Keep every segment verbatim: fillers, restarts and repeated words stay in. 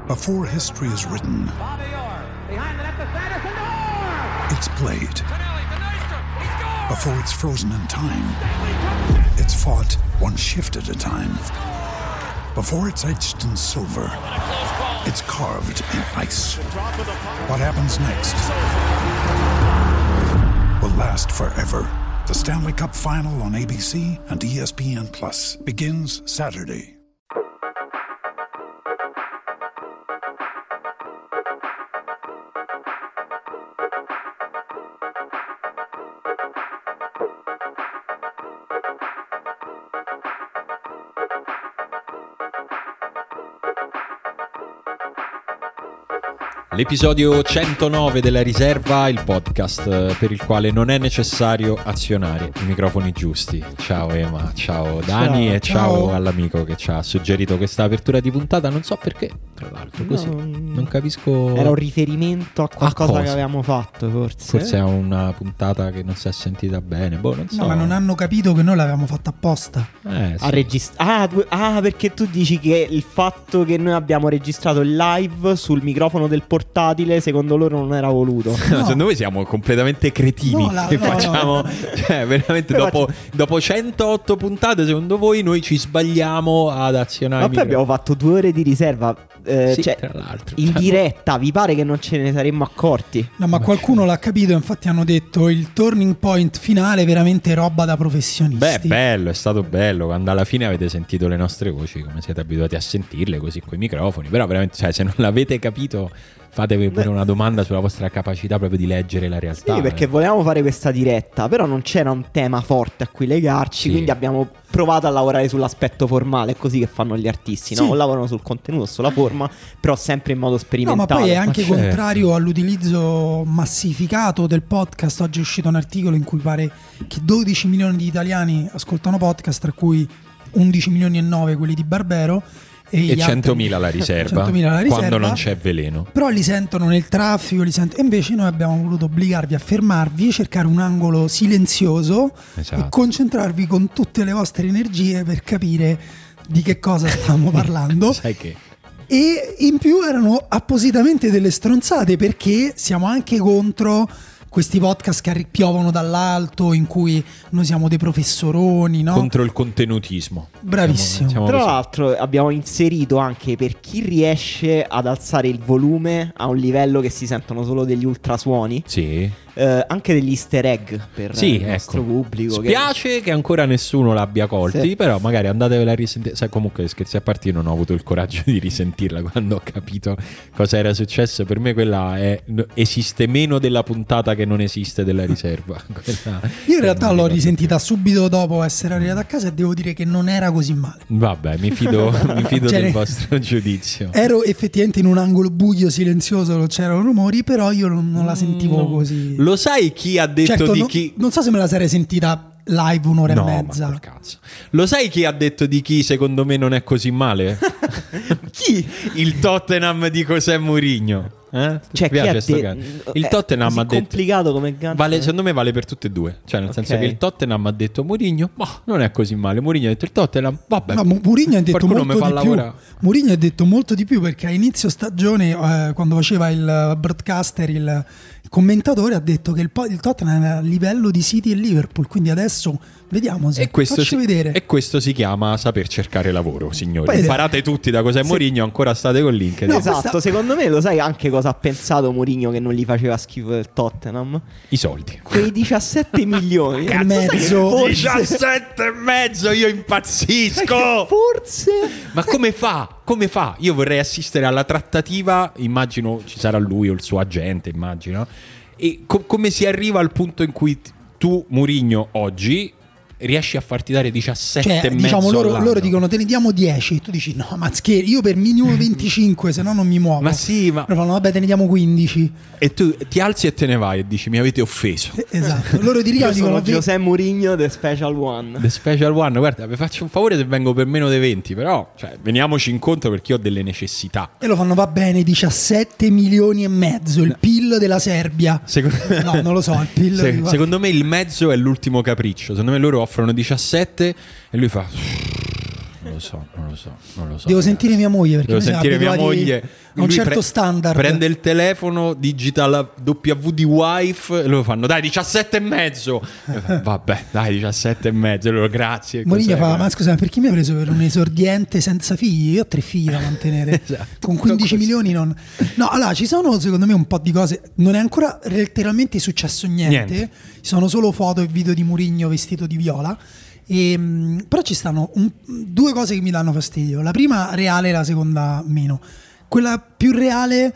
Before history is written, it's played. Before it's frozen in time, it's fought one shift at a time. Before it's etched in silver, it's carved in ice. What happens next will last forever. The Stanley Cup Final on A B C and E S P N Plus begins Saturday. L'episodio centonove della Riserva, il podcast per il quale non è necessario azionare i microfoni giusti. Ciao Ema, ciao Dani ciao, e ciao, ciao all'amico che ci ha suggerito questa apertura di puntata. Non so perché, tra l'altro, così no, non capisco. Era un riferimento a qualcosa a che avevamo fatto, forse. Forse è una puntata che non si è sentita bene. Boh, non so. No, ma non hanno capito che noi l'avevamo fatta apposta. Eh, sì. A regist- ah, tu- ah, perché tu dici che il fatto che noi abbiamo registrato il live sul microfono del portatile secondo loro non era voluto. No. Secondo voi siamo completamente cretini. No, la, che no, facciamo, no. Cioè, veramente dopo, dopo centootto puntate, secondo voi noi ci sbagliamo ad azionare? Ma poi abbiamo fatto due ore di riserva. Eh, sì, cioè, tra l'altro, in cioè, diretta, vi pare che non ce ne saremmo accorti? No, ma qualcuno l'ha capito, infatti hanno detto il turning point finale veramente roba da professionisti. Beh, bello, è stato bello quando alla fine avete sentito le nostre voci come siete abituati a sentirle, così coi microfoni. Però veramente, cioè, se non l'avete capito, fatevi pure una domanda sulla vostra capacità proprio di leggere la realtà. Sì, perché eh. volevamo fare questa diretta, però non c'era un tema forte a cui legarci, sì. Quindi abbiamo provato a lavorare sull'aspetto formale, è così che fanno gli artisti, sì. no? Lavorano sul contenuto, sulla forma, però sempre in modo sperimentale. No, ma poi è anche certo. contrario all'utilizzo massificato del podcast. Oggi è uscito un articolo in cui pare che dodici milioni di italiani ascoltano podcast, tra cui undici milioni e nove quelli di Barbero. E, e centomila la riserva, centomila la riserva, quando non c'è veleno. Però li sentono nel traffico, li sentono. E invece noi abbiamo voluto obbligarvi a fermarvi e cercare un angolo silenzioso, esatto, e concentrarvi con tutte le vostre energie per capire di che cosa stavamo parlando. Sai che E in più erano appositamente delle stronzate, perché siamo anche contro questi podcast che piovono dall'alto, in cui noi siamo dei professoroni, no? Contro il contenutismo. Bravissimo. Siamo, siamo Tra così. l'altro abbiamo inserito anche per chi riesce ad alzare il volume a un livello che si sentono solo degli ultrasuoni, Sì. eh, anche degli easter egg per Sì, il nostro ecco. pubblico. Spiace che... che ancora nessuno l'abbia colti, sì. Però magari andatevela a risentire. Sai, comunque, scherzi a parte, io non ho avuto il coraggio di risentirla quando ho capito cosa era successo. Per me quella è, esiste meno della puntata che non esiste della riserva. Quella Io in realtà l'ho risentita subito dopo essere arrivato a casa e devo dire che non era così male. Vabbè, mi fido, mi fido Cioè, del vostro giudizio. Ero effettivamente in un angolo buio, silenzioso, non c'erano rumori, però io non, non la sentivo No. così. Lo sai chi ha detto Certo, di no- chi? non so se me la sarei sentita live un'ora No, e ma mezza. col cazzo. Lo sai chi ha detto di chi secondo me non è così male? Chi? Il Tottenham di José Mourinho. Eh? Cioè, Ti piace chi ha sto de- cazzo? è Il Tottenham così ha detto complicato come gancio. vale, secondo me vale per tutte e due. Cioè, nel Ok. senso che il Tottenham ha detto Mourinho, ma non è così male. Mourinho ha detto il Tottenham, vabbè. No, Mourinho ha detto qualcuno molto mi fa di più. lavorare. Mourinho ha detto molto di più, perché a inizio stagione, eh, quando faceva il broadcaster, il commentatore, ha detto che il, po- il Tottenham era a livello di City e Liverpool. Quindi adesso vediamo se E questo, faccio si, vedere. e questo si chiama saper cercare lavoro, signori. Poi- Imparate tutti da cos'è Sì. Mourinho, ancora state con LinkedIn. No, Esatto, questa- secondo me lo sai anche cosa ha pensato Mourinho che non gli faceva schifo del Tottenham? I soldi. Quei diciassette milioni E mezzo. Forse, diciassette e mezzo, io impazzisco. forse Ma come fa? Come fa? Io vorrei assistere alla trattativa, immagino ci sarà lui o il suo agente, immagino. E co- come si arriva al punto in cui t- tu, Mourinho, oggi riesci a farti dare diciassette Cioè, e mezzo diciamo, loro, all'anno? loro dicono te ne diamo dieci. Tu dici no, ma scherzi, io per minimo venticinque, se no non mi muovo. Ma sì, ma... Loro fanno vabbè, te ne diamo quindici. E tu ti alzi e te ne vai e dici mi avete offeso. Eh, Esatto. Loro ti io dicono sono ve- José Mourinho The Special One. The Special One, guarda, vi faccio un favore se vengo per meno dei venti, però cioè, veniamoci incontro perché io ho delle necessità. e lo fanno va bene, diciassette milioni e mezzo, il P I L della Serbia. Secondo... No, non lo so, il P I L Se- di- secondo me il mezzo è l'ultimo capriccio. Secondo me loro offrono diciassette e lui fa non lo so, non lo so, non lo so. Devo ragazzi. sentire mia moglie perché Devo sentire mia moglie. a un certo pre- standard. Prende il telefono, digita la W di wife e loro fanno dai diciassette e mezzo. Vabbè, dai diciassette e mezzo. E loro grazie. Mourinho fa, ma scusa, perché mi hai preso per un esordiente senza figli? Io ho tre figli da mantenere. Esatto. Con quindici milioni non... No, allora ci sono secondo me un po' di cose. Non è ancora letteralmente successo niente. Niente. Ci sono solo foto e video di Mourinho vestito di viola. E, però ci stanno un, due cose che mi danno fastidio. La prima reale e la seconda meno. Quella più reale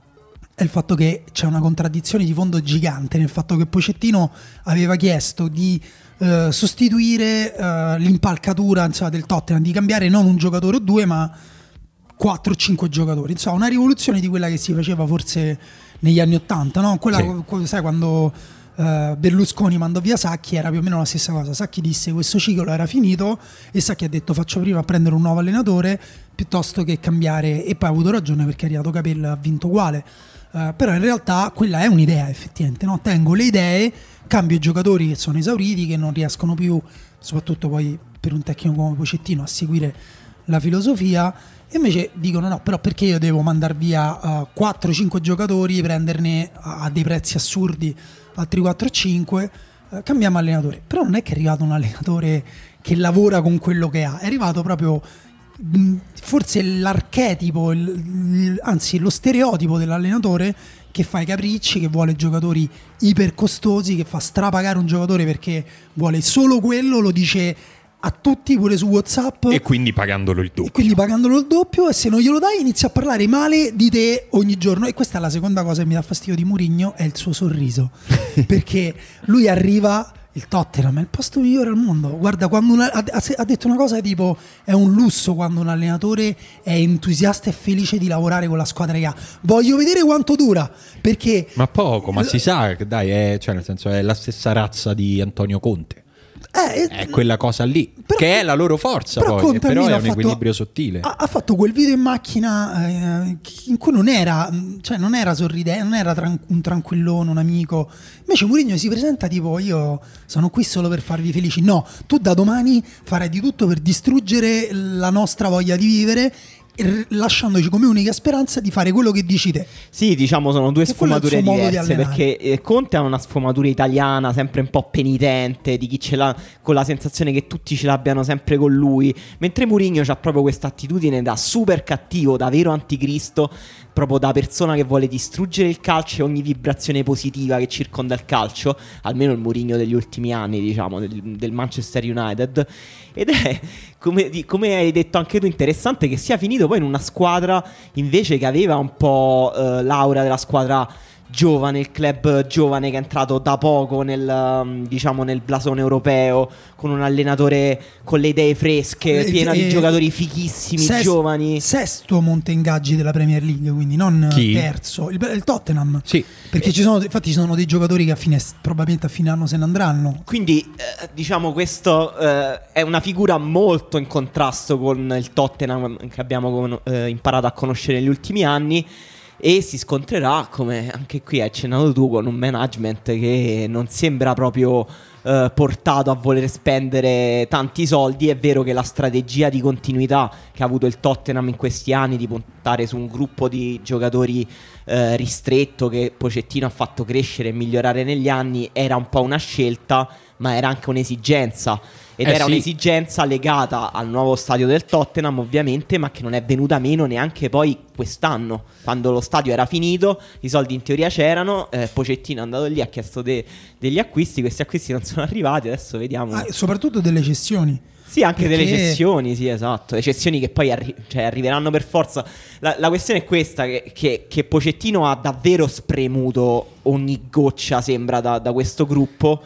è il fatto che c'è una contraddizione di fondo gigante nel fatto che Pochettino aveva chiesto di eh, sostituire eh, l'impalcatura, insomma, del Tottenham, di cambiare non un giocatore o due ma quattro o cinque giocatori, insomma una rivoluzione di quella che si faceva forse negli anni ottanta, no? Quella, sì. Sai, quando uh, Berlusconi mandò via Sacchi era più o meno la stessa cosa. Sacchi disse questo ciclo era finito e Sacchi ha detto faccio prima a prendere un nuovo allenatore piuttosto che cambiare, e poi ha avuto ragione perché è arrivato Capello e ha vinto uguale. Uh, però in realtà quella è un'idea effettivamente, no? Tengo le idee, cambio i giocatori che sono esauriti, che non riescono più, soprattutto poi per un tecnico come Pochettino, a seguire la filosofia. E invece dicono no, però perché io devo mandare via uh, quattro cinque giocatori, prenderne a dei prezzi assurdi altri quattro cinque, uh, cambiamo allenatore. Però non è che è arrivato un allenatore che lavora con quello che ha, è arrivato proprio mh, forse l'archetipo, il, il, anzi lo stereotipo dell'allenatore che fa i capricci, che vuole giocatori iper costosi, che fa strapagare un giocatore perché vuole solo quello, lo dice a tutti pure su WhatsApp, e quindi pagandolo il doppio. E quindi pagandolo il doppio, e se non glielo dai inizia a parlare male di te ogni giorno. E questa è la seconda cosa che mi dà fastidio di Mourinho, è il suo sorriso. Perché lui arriva, il Tottenham è il posto migliore al mondo. Guarda, quando una, ha, ha detto una cosa tipo è un lusso quando un allenatore è entusiasta e felice di lavorare con la squadra che ha. Voglio vedere quanto dura, perché ma poco, ma l- si sa che dai, è, cioè nel senso è la stessa razza di Antonio Conte. Eh, è quella cosa lì, però, che è la loro forza, però, poi, però è un fatto, equilibrio sottile. Ha, ha fatto quel video in macchina eh, in cui non era, cioè non era sorridente, non era tran- un tranquillone, un amico. Invece Mourinho si presenta tipo io sono qui solo per farvi felici. No, tu da domani farai di tutto per distruggere la nostra voglia di vivere, lasciandoci come unica speranza di fare quello che dici te. Sì, diciamo sono due che sfumature diverse, di perché eh, Conte ha una sfumatura italiana sempre un po' penitente, di chi ce l'ha, con la sensazione che tutti ce l'abbiano sempre con lui, mentre Mourinho ha proprio questa attitudine da super cattivo, da vero anticristo, proprio da persona che vuole distruggere il calcio e ogni vibrazione positiva che circonda il calcio, almeno il Mourinho degli ultimi anni, diciamo, del, del Manchester United. Ed è, come, come hai detto anche tu, interessante che sia finito poi in una squadra invece che aveva un po' eh, l'aura della squadra giovane, il club giovane che è entrato da poco nel, diciamo, nel blasone europeo, con un allenatore con le idee fresche, eh, piena eh, di giocatori fichissimi, sest, giovani. Sesto monte ingaggi della Premier League, quindi non Chi? terzo, il, il Tottenham. Sì. Perché ci sono, infatti ci sono dei giocatori che a fine, probabilmente a fine anno se ne andranno. Quindi eh, diciamo questo eh, è una figura molto in contrasto con il Tottenham che abbiamo con, eh, imparato a conoscere negli ultimi anni, e si scontrerà, come anche qui hai accennato tu, con un management che non sembra proprio eh, portato a voler spendere tanti soldi. È vero che la strategia di continuità che ha avuto il Tottenham in questi anni, di puntare su un gruppo di giocatori eh, ristretto che Pochettino ha fatto crescere e migliorare negli anni, era un po' una scelta, ma era anche un'esigenza. Ed eh era sì. un'esigenza legata al nuovo stadio del Tottenham, ovviamente, ma che non è venuta meno neanche poi quest'anno, quando lo stadio era finito, i soldi in teoria c'erano, eh, Pochettino è andato lì, ha chiesto de- degli acquisti, questi acquisti non sono arrivati, adesso vediamo. Ah, soprattutto delle cessioni. Sì, anche perché... delle cessioni, sì, esatto. Le cessioni che poi arri- cioè, arriveranno per forza. La, la questione è questa, che, che, che Pochettino ha davvero spremuto ogni goccia, sembra, da, da questo gruppo.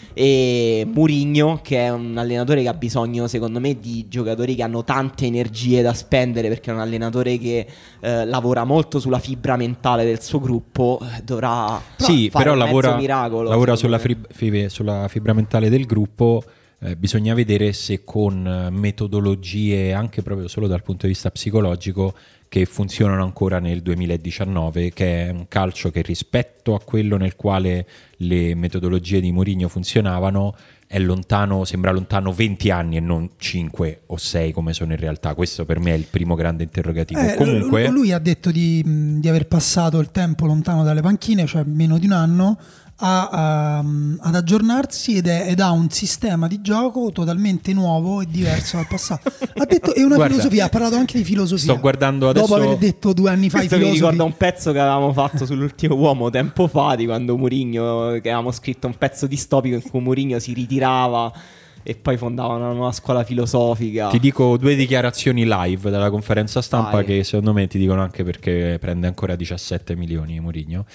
E Mourinho, che è un allenatore che ha bisogno, secondo me, di giocatori che hanno tante energie da spendere, perché è un allenatore che eh, lavora molto sulla fibra mentale del suo gruppo, eh, dovrà sì, fare però un lavora, mezzo miracolo, lavora sulla, me. fib- sulla fibra mentale del gruppo, Eh, bisogna vedere se con metodologie anche proprio solo dal punto di vista psicologico che funzionano ancora nel duemiladiciannove, che è un calcio che rispetto a quello nel quale le metodologie di Mourinho funzionavano è lontano, sembra lontano venti anni e non cinque o sei come sono in realtà. Questo per me è il primo grande interrogativo. Eh, Comunque lui ha detto di, di aver passato il tempo lontano dalle panchine, cioè meno di un anno, A, a, ad aggiornarsi ed, è, ed ha un sistema di gioco totalmente nuovo e diverso dal passato. Ha detto è una Guarda, filosofia, ha parlato anche di filosofia. Sto guardando adesso. Dopo aver detto due anni fa Questo i mi filosofi. ricorda un pezzo che avevamo fatto sull'ultimo uomo tempo fa, di quando Mourinho, che avevamo scritto un pezzo distopico in cui Mourinho si ritirava e poi fondava una nuova scuola filosofica. Ti dico due dichiarazioni live dalla conferenza stampa. Vai. Che secondo me ti dicono anche perché prende ancora diciassette milioni Mourinho.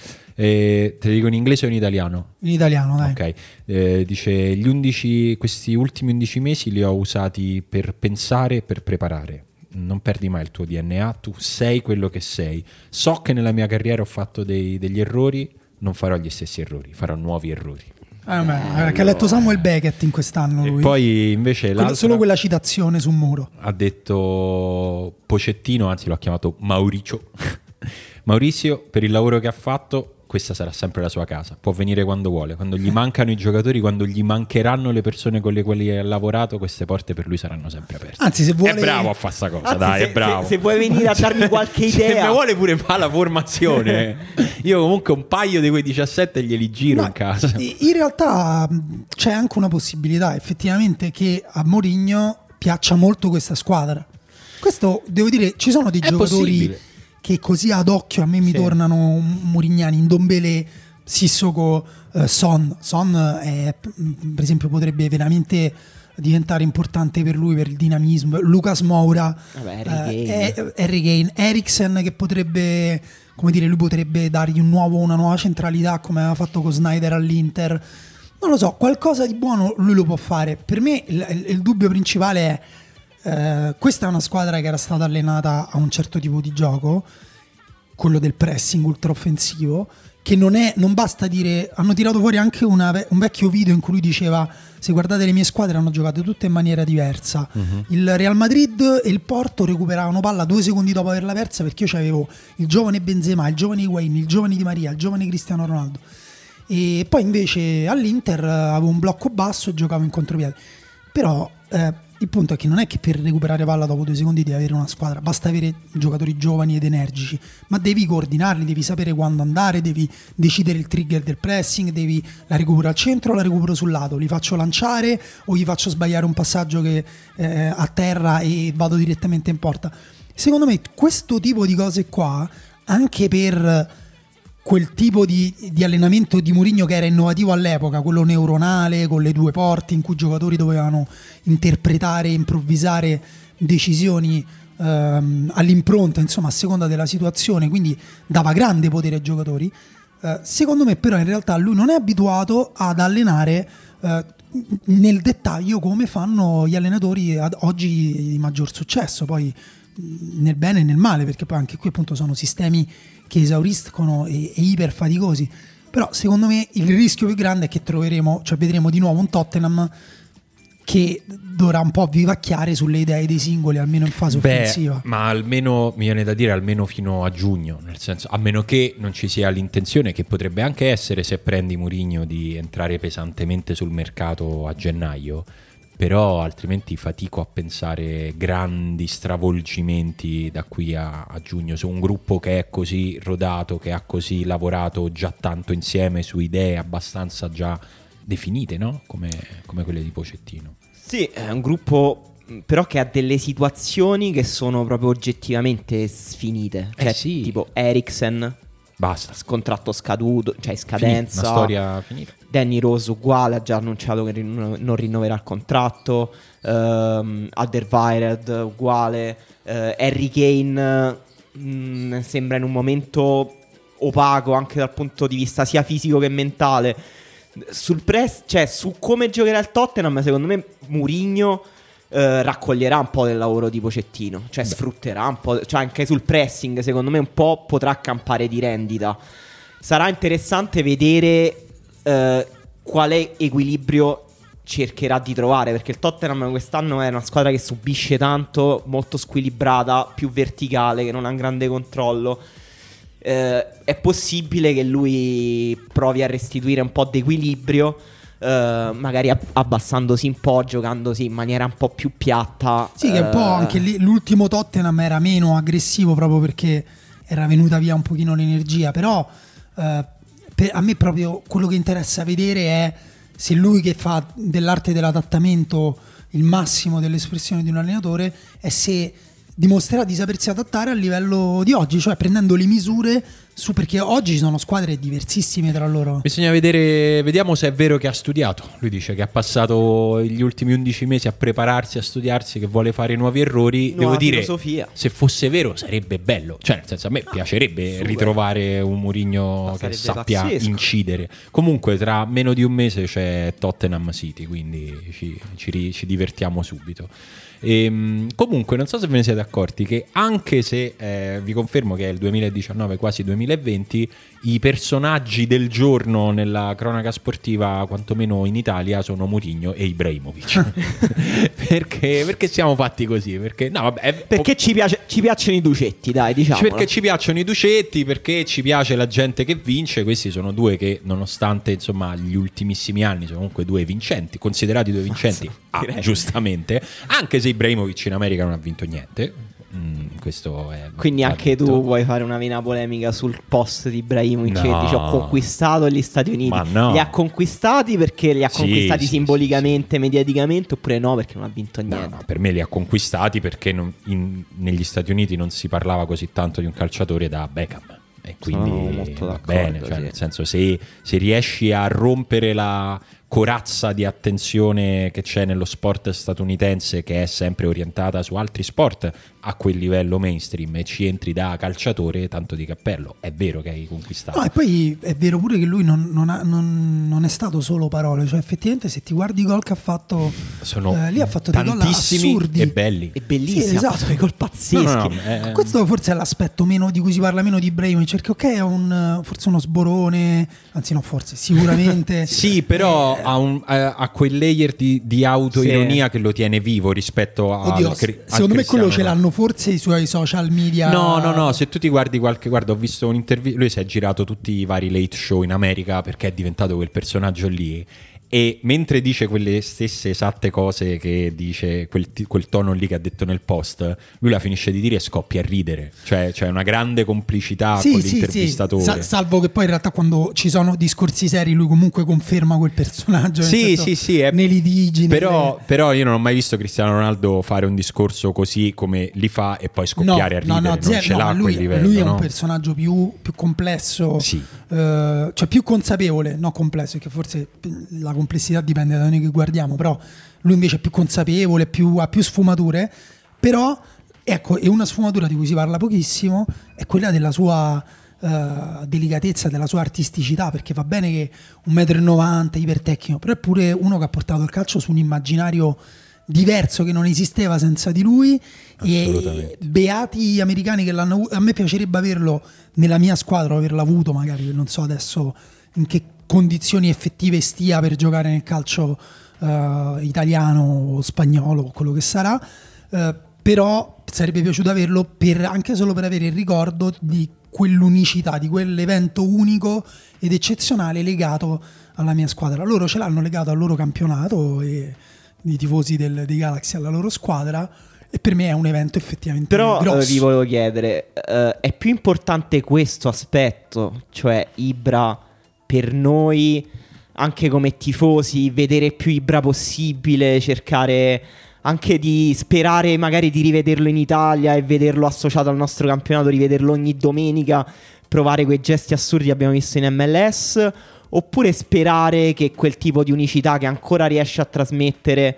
E te le dico in inglese o in italiano? In italiano, dai. Ok. Eh, dice: gli undici, questi ultimi undici mesi li ho usati per pensare e per preparare. Non perdi mai il tuo D N A, tu sei quello che sei. So che nella mia carriera ho fatto dei, degli errori, non farò gli stessi errori, farò nuovi errori. Ah, beh, che ha letto Samuel Beckett in quest'anno lui. E poi invece Quello, solo quella citazione su un muro. Ha detto Pochettino, anzi l'ho chiamato Mauricio. Maurizio, per il lavoro che ha fatto, questa sarà sempre la sua casa. Può venire quando vuole, quando gli mancano i giocatori, quando gli mancheranno le persone con le quali ha lavorato, queste porte per lui saranno sempre aperte. Anzi, se vuole... È bravo a fare sta cosa, Anzi, dai, se, è bravo. Se, se vuoi venire a darmi qualche idea... Se mi vuole pure fa la formazione. Io comunque un paio di quei diciassette glieli giro Ma in casa. In realtà c'è anche una possibilità, effettivamente, che a Mourinho piaccia molto questa squadra. Questo, devo dire, ci sono dei è giocatori... possibile. Che così ad occhio a me mi sì. tornano murignani. Ndombele, Sissoko, uh, Son Son è, per esempio potrebbe veramente diventare importante per lui, per il dinamismo. Lucas Moura, Vabbè, Harry Kane. uh, Harry Kane, Eriksen, che potrebbe, come dire, lui potrebbe dargli un nuovo, una nuova centralità come aveva fatto con Snyder all'Inter. Non lo so, qualcosa di buono lui lo può fare. Per me il, il, il dubbio principale è Uh, questa è una squadra che era stata allenata a un certo tipo di gioco, quello del pressing ultra offensivo, che non è, non basta dire. Hanno tirato fuori anche una, un vecchio video in cui lui diceva: se guardate le mie squadre hanno giocato tutte in maniera diversa. Uh-huh. Il Real Madrid e il Porto recuperavano palla due secondi dopo averla persa, perché io c'avevo il giovane Benzema, il giovane Higuain, il giovane Di Maria, il giovane Cristiano Ronaldo, e poi invece all'Inter avevo un blocco basso e giocavo in contropiede. Però eh, il punto è che non è che per recuperare palla dopo due secondi devi avere una squadra, basta avere giocatori giovani ed energici, ma devi coordinarli, devi sapere quando andare, devi decidere il trigger del pressing, devi la recupero al centro o la recupero sul lato, li faccio lanciare o gli faccio sbagliare un passaggio che eh, a terra e vado direttamente in porta. Secondo me questo tipo di cose qua, anche per quel tipo di, di allenamento di Mourinho che era innovativo all'epoca, quello neuronale con le due porte in cui i giocatori dovevano interpretare e improvvisare decisioni ehm, all'impronta, insomma a seconda della situazione, quindi dava grande potere ai giocatori. Eh, secondo me però in realtà lui non è abituato ad allenare eh, nel dettaglio come fanno gli allenatori ad oggi di maggior successo, poi nel bene e nel male, perché poi anche qui appunto sono sistemi che esauriscono e, e iper faticosi. Però secondo me il rischio più grande è che troveremo, cioè vedremo di nuovo un Tottenham che dovrà un po' vivacchiare sulle idee dei singoli, almeno in fase Beh, offensiva. Ma almeno, mi viene da dire, almeno fino a giugno, nel senso, a meno che non ci sia l'intenzione, che potrebbe anche essere se prendi Mourinho, di entrare pesantemente sul mercato a gennaio. Però altrimenti fatico a pensare grandi stravolgimenti da qui a, a giugno su un gruppo che è così rodato, che ha così lavorato già tanto insieme su idee abbastanza già definite, no? Come, come quelle di Pochettino. Sì, è un gruppo però che ha delle situazioni che sono proprio oggettivamente sfinite. Eh cioè, sì. Tipo Eriksen, basta, contratto scaduto, cioè scadenza. Finita, una storia finita. Danny Rose uguale, ha già annunciato che rinno- non rinnoverà il contratto. um, Alderweireld uguale. uh, Harry Kane mh, sembra in un momento opaco anche dal punto di vista sia fisico che mentale. Sul press, cioè su come giocherà il Tottenham, secondo me Mourinho Uh, raccoglierà un po' del lavoro di Pochettino, cioè Beh. sfrutterà un po', cioè anche sul pressing secondo me un po' potrà campare di rendita. Sarà interessante vedere uh, quale equilibrio cercherà di trovare, perché il Tottenham quest'anno è una squadra che subisce tanto, molto squilibrata, più verticale, che non ha un grande controllo. Eh, è possibile che lui provi a restituire un po' d'equilibrio, eh, magari ab- abbassandosi un po', giocandosi in maniera un po' più piatta. Sì, che un po' eh, anche lì l'ultimo Tottenham era meno aggressivo proprio perché era venuta via un pochino l'energia, però eh, per, a me proprio quello che interessa vedere è se lui, che fa dell'arte dell'adattamento il massimo dell'espressione di un allenatore, è se dimostrerà di sapersi adattare al livello di oggi, cioè prendendo le misure su, perché oggi ci sono squadre diversissime tra loro. Bisogna vedere, vediamo se è vero che ha studiato. Lui dice che ha passato gli ultimi undici mesi a prepararsi, a studiarsi, che vuole fare nuovi errori. Nuova Devo dire, filosofia. se fosse vero sarebbe bello, cioè nel senso, a me piacerebbe super. ritrovare un Mourinho che sarebbe sappia pazzesco. incidere. Comunque tra meno di un mese c'è Tottenham City, quindi ci, ci, ci divertiamo subito. E, comunque non so se ve ne siete accorti che anche se eh, vi confermo che è il duemiladiciannove, quasi duemilaventi, i personaggi del giorno nella cronaca sportiva, quantomeno in Italia, sono Mourinho e Ibrahimovic. perché, perché siamo fatti così? Perché, no, vabbè, è, Perché ci, piace, ci piacciono i ducetti, dai, diciamo. perché ci piacciono i ducetti, perché ci piace la gente che vince. Questi sono due che, nonostante insomma gli ultimissimi anni, sono comunque due vincenti, considerati due vincenti, ah, giustamente, anche se Ibrahimovic in America non ha vinto niente. Mm, questo è, Quindi anche detto. tu vuoi fare una vena polemica sul post di Ibrahimovic, No. che dice ho conquistato gli Stati Uniti. Ma no. Li ha conquistati perché li ha Sì, conquistati sì, simbolicamente, mediaticamente, oppure no perché non ha vinto No, niente? no, per me li ha conquistati perché non- in- negli Stati Uniti non si parlava così tanto di un calciatore da Beckham. E quindi Sono molto va d'accordo, bene, cioè, sì. nel senso, se, se riesci a rompere la corazza di attenzione che c'è nello sport statunitense, che è sempre orientata su altri sport a quel livello mainstream, e ci entri da calciatore, tanto di cappello. È vero che hai conquistato. No, e poi è vero pure che lui non, non, ha- non- non è stato solo parole, cioè effettivamente se ti guardi i gol che ha fatto, Sono eh, lì ha fatto dei gol tantissimi assurdi e belli. È bellissimo, Sì, esatto. ha fatto dei gol pazzeschi. No, no, no, eh, Questo forse è l'aspetto meno di cui si parla meno di Ibrahimovic, perché ok è un, forse uno sborone, anzi no forse, sicuramente Sì, però ha, un, ha, ha quel layer di, di autoironia che lo tiene vivo rispetto a. Oddio, al cri- al secondo me quello ce Cristiano. l'hanno forse i suoi social media. No, no, no, se tu ti guardi qualche... Guarda, ho visto un'intervista, lui si è girato tutti i vari late show in America perché è diventato quel personaggio lì, e mentre dice quelle stesse esatte cose che dice, quel, ti- quel tono lì che ha detto nel post, lui la finisce di dire e scoppia a ridere. Cioè c'è una grande complicità Sì, con sì, l'intervistatore. sì. Sa- salvo che poi in realtà quando ci sono discorsi seri lui comunque conferma quel personaggio, nel Sì, senso, sì, sì, è- nei litigi, Però, nelle- però io non ho mai visto Cristiano Ronaldo fare un discorso così come li fa e poi scoppiare a ridere. no, no, non zero, ce no, l'ha a lui, quel livello. lui è no? un personaggio più, più complesso, Sì. eh, cioè più consapevole, no complesso, perché forse la complessità dipende da noi che guardiamo, però lui invece è più consapevole, più, ha più sfumature, però ecco, e una sfumatura di cui si parla pochissimo è quella della sua eh, delicatezza, della sua artisticità, perché va bene che un metro e novanta, ipertecnico, però è pure uno che ha portato il calcio su un immaginario diverso che non esisteva senza di lui, e Assolutamente. beati gli americani che l'hanno avuto. A me piacerebbe averlo nella mia squadra, averlo avuto magari, non so adesso in che condizioni effettive stia per giocare nel calcio eh, italiano o spagnolo o quello che sarà, eh, però sarebbe piaciuto averlo per, anche solo per avere il ricordo di quell'unicità, di quell'evento unico ed eccezionale legato alla mia squadra. Loro ce l'hanno legato al loro campionato e i tifosi del, dei Galaxy alla loro squadra, e per me è un evento effettivamente Però eh, grosso. vi volevo chiedere, eh, è più importante questo aspetto, cioè Ibra per noi, anche come tifosi, vedere più Ibra possibile, cercare anche di sperare magari di rivederlo in Italia e vederlo associato al nostro campionato, rivederlo ogni domenica, provare quei gesti assurdi che abbiamo visto in M L S, oppure sperare che quel tipo di unicità che ancora riesce a trasmettere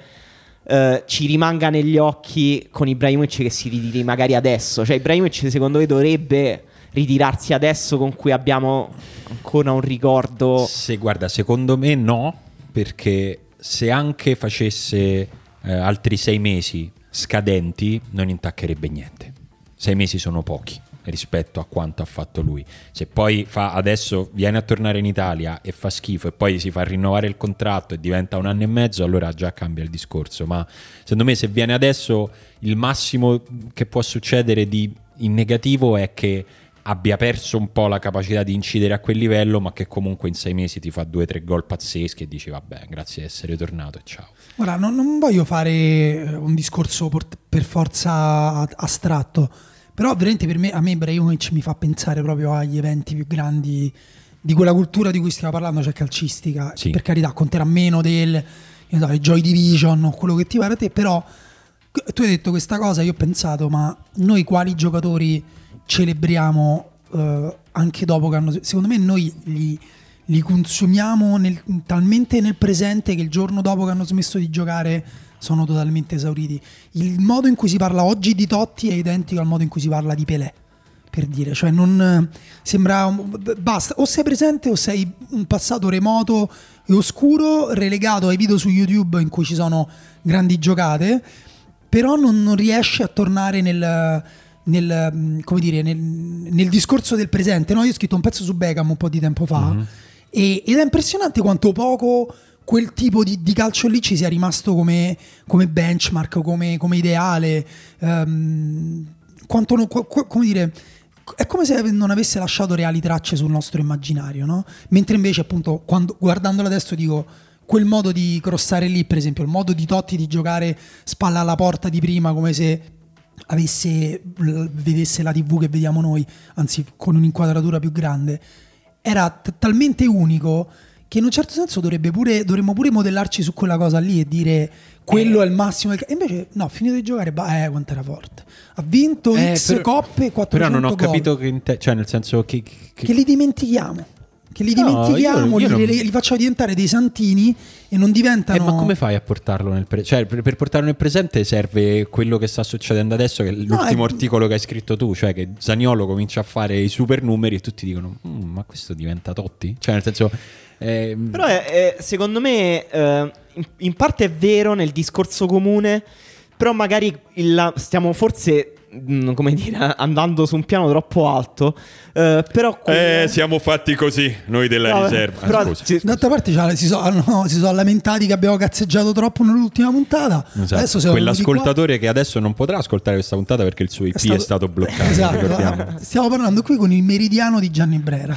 eh, ci rimanga negli occhi con Ibrahimovic che si ritiri magari adesso. Cioè Ibrahimovic secondo voi dovrebbe ritirarsi adesso, con cui abbiamo ancora un ricordo? Se guarda, secondo me no, perché se anche facesse eh, altri sei mesi scadenti non intaccherebbe niente. Sei mesi sono pochi. rispetto a quanto ha fatto lui. Se poi fa adesso viene a tornare in Italia e fa schifo e poi si fa rinnovare il contratto e diventa un anno e mezzo, allora già cambia il discorso. Ma secondo me se viene adesso, il massimo che può succedere di in negativo è che abbia perso un po' la capacità di incidere a quel livello, ma che comunque in sei mesi ti fa due o tre gol pazzeschi e dici vabbè, grazie di essere tornato e ciao. Ora non, non voglio fare un discorso port- per forza astratto, però veramente per me, a me Ibrahimovic mi fa pensare proprio agli eventi più grandi di quella cultura di cui stiamo parlando, cioè calcistica. Sì. Per carità, conterà meno del so, Joy Division o quello che ti pare a te, però tu hai detto questa cosa, io ho pensato, ma noi quali giocatori celebriamo eh, anche dopo che hanno... Secondo me noi li, li consumiamo nel, talmente nel presente che il giorno dopo che hanno smesso di giocare sono totalmente esauriti. Il modo in cui si parla oggi di Totti è identico al modo in cui si parla di Pelé, per dire, cioè non sembra un, basta, o sei presente o sei un passato remoto e oscuro relegato ai video su YouTube in cui ci sono grandi giocate, però non, non riesce a tornare nel, nel come dire nel, nel discorso del presente, no? Io ho scritto un pezzo su Beckham un po' di tempo fa, mm-hmm. e, ed è impressionante quanto poco quel tipo di, di calcio lì ci sia rimasto come, come benchmark, come, come ideale, um, quanto no, co, come dire, è come se non avesse lasciato reali tracce sul nostro immaginario, no? Mentre invece appunto quando, guardandolo adesso dico, quel modo di crossare lì, per esempio il modo di Totti di giocare spalla alla porta di prima, come se avesse vedesse la tivù che vediamo noi, anzi con un'inquadratura più grande, era t- talmente unico che in un certo senso dovrebbe pure, dovremmo pure modellarci su quella cosa lì e dire quello eh. è il massimo del... E invece no, ha finito di giocare, bah, eh, quanto era forte, ha vinto eh, X però, coppe, quattrocento però non ho gol. Capito che, te- cioè nel senso che, che... che li dimentichiamo che li dimentichiamo, no, io, io li, non... li facciamo diventare dei santini e non diventano... Eh, ma come fai a portarlo nel presente? Cioè per, per portarlo nel presente serve quello che sta succedendo adesso, che è l'ultimo no, è... articolo che hai scritto tu, cioè che Zaniolo comincia a fare i super numeri e tutti dicono mm, ma questo diventa Totti? Cioè nel senso... Eh... Però è, è, secondo me eh, in, in parte è vero nel discorso comune, però magari il, stiamo forse... come dire, andando su un piano troppo alto, eh, però que- eh, siamo fatti così noi della no, riserva. Però, ah, sì, d'altra parte cioè, si, sono, no, si sono lamentati che abbiamo cazzeggiato troppo nell'ultima puntata. Esatto. Adesso quell'ascoltatore che adesso non potrà ascoltare questa puntata perché il suo I P è stato, è stato bloccato. Esatto. Stiamo parlando qui con il Meridiano di Gianni Brera.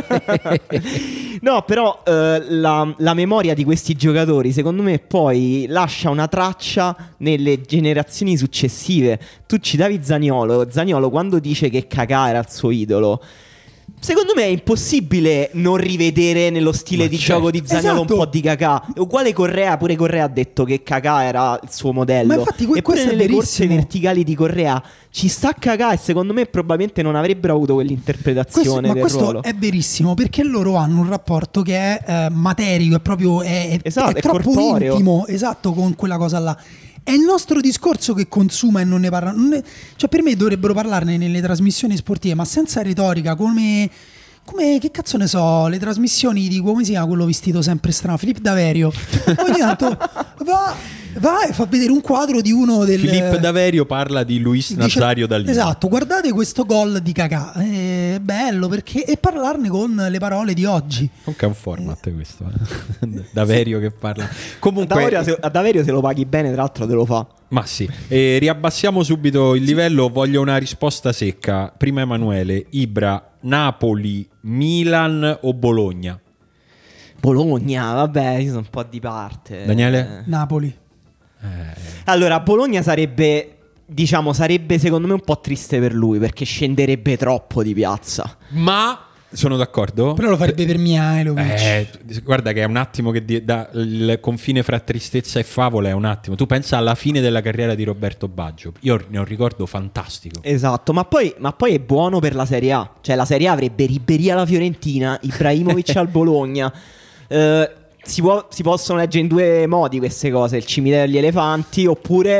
No, però eh, la, la memoria di questi giocatori secondo me poi lascia una traccia nelle generazioni successive. Tu ci davi Zaniolo, Zaniolo quando dice che Kakà era il suo idolo, secondo me è impossibile non rivedere nello stile Ma di certo. gioco di Zaniolo esatto. un po' di Kakà. Uguale Correa, pure Correa ha detto che Kakà era il suo modello. Ma infatti que- Eppure nelle corse verticali di Correa ci sta Kakà e secondo me probabilmente non avrebbero avuto quell'interpretazione questo, del ma questo ruolo. È verissimo, perché loro hanno un rapporto che è eh, materico, è proprio è, è, esatto, è, è troppo corporeo. intimo, esatto, con quella cosa là. È il nostro discorso che consuma e non ne parla. Non ne, cioè per me dovrebbero parlarne nelle trasmissioni sportive, ma senza retorica, come, come che cazzo ne so, le trasmissioni di come si chiama quello vestito sempre strano, Filippo Daverio. Ogni tanto va, va e fa vedere un quadro di uno del Filippo Daverio parla di Luis Nazario D'Alì. Esatto, guardate questo gol di Kakà, è bello perché e parlarne con le parole di oggi. Comunque è un format eh. questo eh. Daverio che parla. Comunque a Daverio, se, a Daverio se lo paghi bene tra l'altro te lo fa. Ma sì, e riabbassiamo subito il livello, voglio una risposta secca. Prima Emanuele, Ibra, Napoli, Milan o Bologna? Bologna, vabbè, io sono un po' di parte. Daniele? Napoli. Eh. Allora, Bologna sarebbe, diciamo, sarebbe secondo me un po' triste per lui perché scenderebbe troppo di piazza. Ma... sono d'accordo. Però lo farebbe per Mihajlovic. Eh, guarda che è un attimo che di, da, il confine fra tristezza e favola è un attimo. Tu pensa alla fine della carriera di Roberto Baggio. Io ne ho un ricordo fantastico. Esatto, ma poi, ma poi è buono per la Serie A. Cioè la Serie A avrebbe Ribéry alla Fiorentina, Ibrahimovic al Bologna. Eh, si, può, si possono leggere in due modi queste cose: il cimitero degli elefanti oppure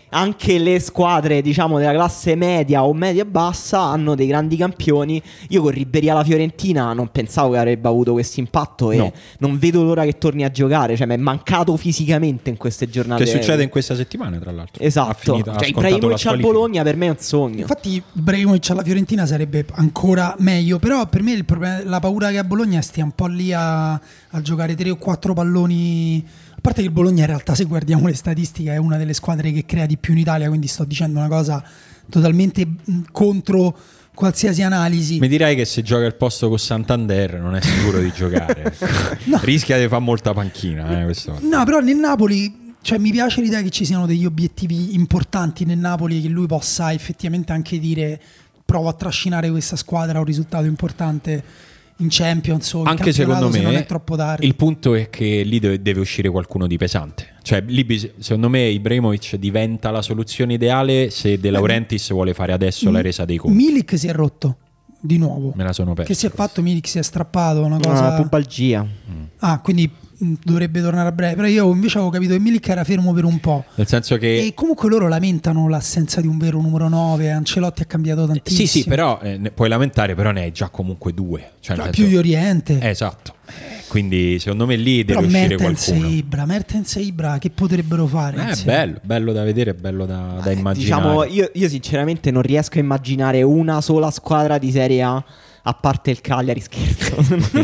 anche le squadre, diciamo, della classe media o media bassa hanno dei grandi campioni. Io con Ribéry alla Fiorentina non pensavo che avrebbe avuto questo impatto e no. non vedo l'ora che torni a giocare, cioè mi è mancato fisicamente in queste giornate. Che succede in questa settimana, tra l'altro. Esatto, ha finito, cioè ha Ibrahimovic al Bologna per me è un sogno. Infatti Ibrahimovic alla Fiorentina sarebbe ancora meglio, però per me il problema, la paura che ha Bologna stia un po' lì a, a giocare tre o quattro palloni. A parte che il Bologna in realtà, se guardiamo le statistiche, è una delle squadre che crea di più in Italia, quindi sto dicendo una cosa totalmente contro qualsiasi analisi. Mi direi che se gioca al posto con Santander non è sicuro di giocare. No. Rischia di fare molta panchina, eh, questo. No, però nel Napoli, cioè, mi piace l'idea che ci siano degli obiettivi importanti nel Napoli, che lui possa effettivamente anche dire provo a trascinare questa squadra a un risultato importante in Champions o in anche secondo me se non è troppo tardi. Il punto è che lì deve, deve uscire qualcuno di pesante. Cioè lì secondo me Ibrahimovic diventa la soluzione ideale se De Laurentiis vuole fare adesso la resa dei conti. Milik si è rotto di nuovo. Me la sono persa. Che si è fatto? Milik si è strappato una cosa. Una pubalgia. Mm. Ah, quindi dovrebbe tornare a breve. Però io invece avevo capito che Milik era fermo per un po'. Nel senso che E comunque loro lamentano l'assenza di un vero numero nove. Ancelotti ha cambiato tantissimo. sì sì, però eh, ne puoi lamentare, però ne hai già comunque due. Cioè, Però nel più senso- di Oriente. Eh, esatto. Eh, Quindi secondo me lì deve Però uscire Mertens qualcuno. e Ibra, Mertens e Ibra che potrebbero fare? Eh, è insieme? bello, bello da vedere, bello da, da Eh, immaginare. Diciamo, io, io sinceramente non riesco a immaginare una sola squadra di Serie A, a parte il Cagliari, scherzo.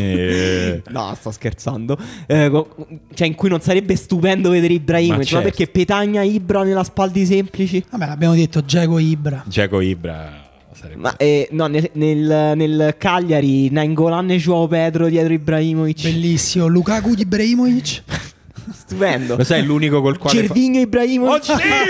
Eh. No, sto scherzando. Eh, co- cioè, in cui non sarebbe stupendo vedere Ibrahimovic, Ma ma, certo. perché Petagna Ibra nella spaldi semplici? Vabbè, l'abbiamo detto, Dzeko Ibra. Dzeko Ibra sarebbe... Ma eh, no, nel, nel, nel Cagliari Nainggolan e Joao Pedro dietro Ibrahimovic. Bellissimo. Lukaku di Ibrahimovic. Stupendo. Lo sai l'unico col quale fa... Gervinho Ibrahimovic.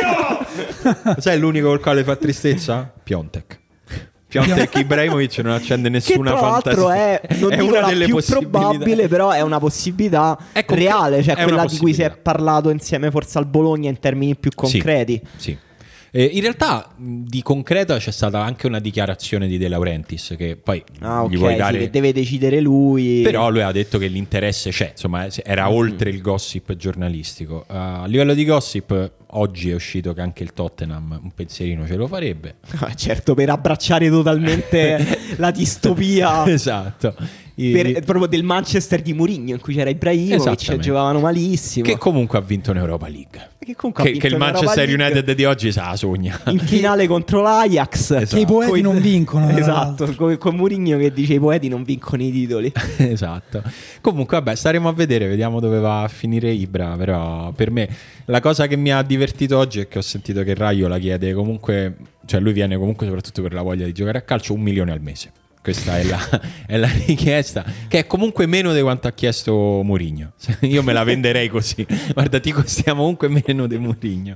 Oddio! Lo sai l'unico col quale fa tristezza? Piontek. Piontek Ibrahimovic non accende Che nessuna tra l'altro fantasia. è, non dico una la delle più possibilità. probabile, però è una possibilità È concre- reale, cioè è una quella di cui si è possibilità. parlato insieme forse al Bologna in termini più concreti. Sì, sì. Eh, in realtà mh, di concreta c'è stata anche una dichiarazione di De Laurentiis che poi Ah, gli ok, vuoi sì, dare... che deve decidere lui. Però lui ha detto che l'interesse c'è, insomma era Mm. oltre il gossip giornalistico. Uh, a livello di gossip oggi è uscito che anche il Tottenham un pensierino ce lo farebbe. Ah, certo, per abbracciare totalmente la distopia Esatto. I- per- proprio del Manchester di Mourinho, in cui c'era Ibrahimovic, Esattamente. giocavano malissimo. Che comunque ha vinto un'Europa League. Che comunque ha Che, vinto che il l'Europa Manchester League United di oggi sa la sogna. in finale contro l'Ajax. Esatto. Che i poeti Coi- non vincono. tra l'altro. Esatto, con, con Mourinho che dice i poeti non vincono i titoli. Esatto. Comunque, vabbè, staremo a vedere, vediamo dove va a finire Ibra. Però per me la cosa che mi ha divertito oggi è che ho sentito che Raio la chiede comunque, cioè lui viene comunque soprattutto per la voglia di giocare a calcio, un milione al mese. Questa è la, è la richiesta, che è comunque meno di quanto ha chiesto Mourinho. Io me la venderei così. Guarda, ti costiamo comunque meno di Mourinho.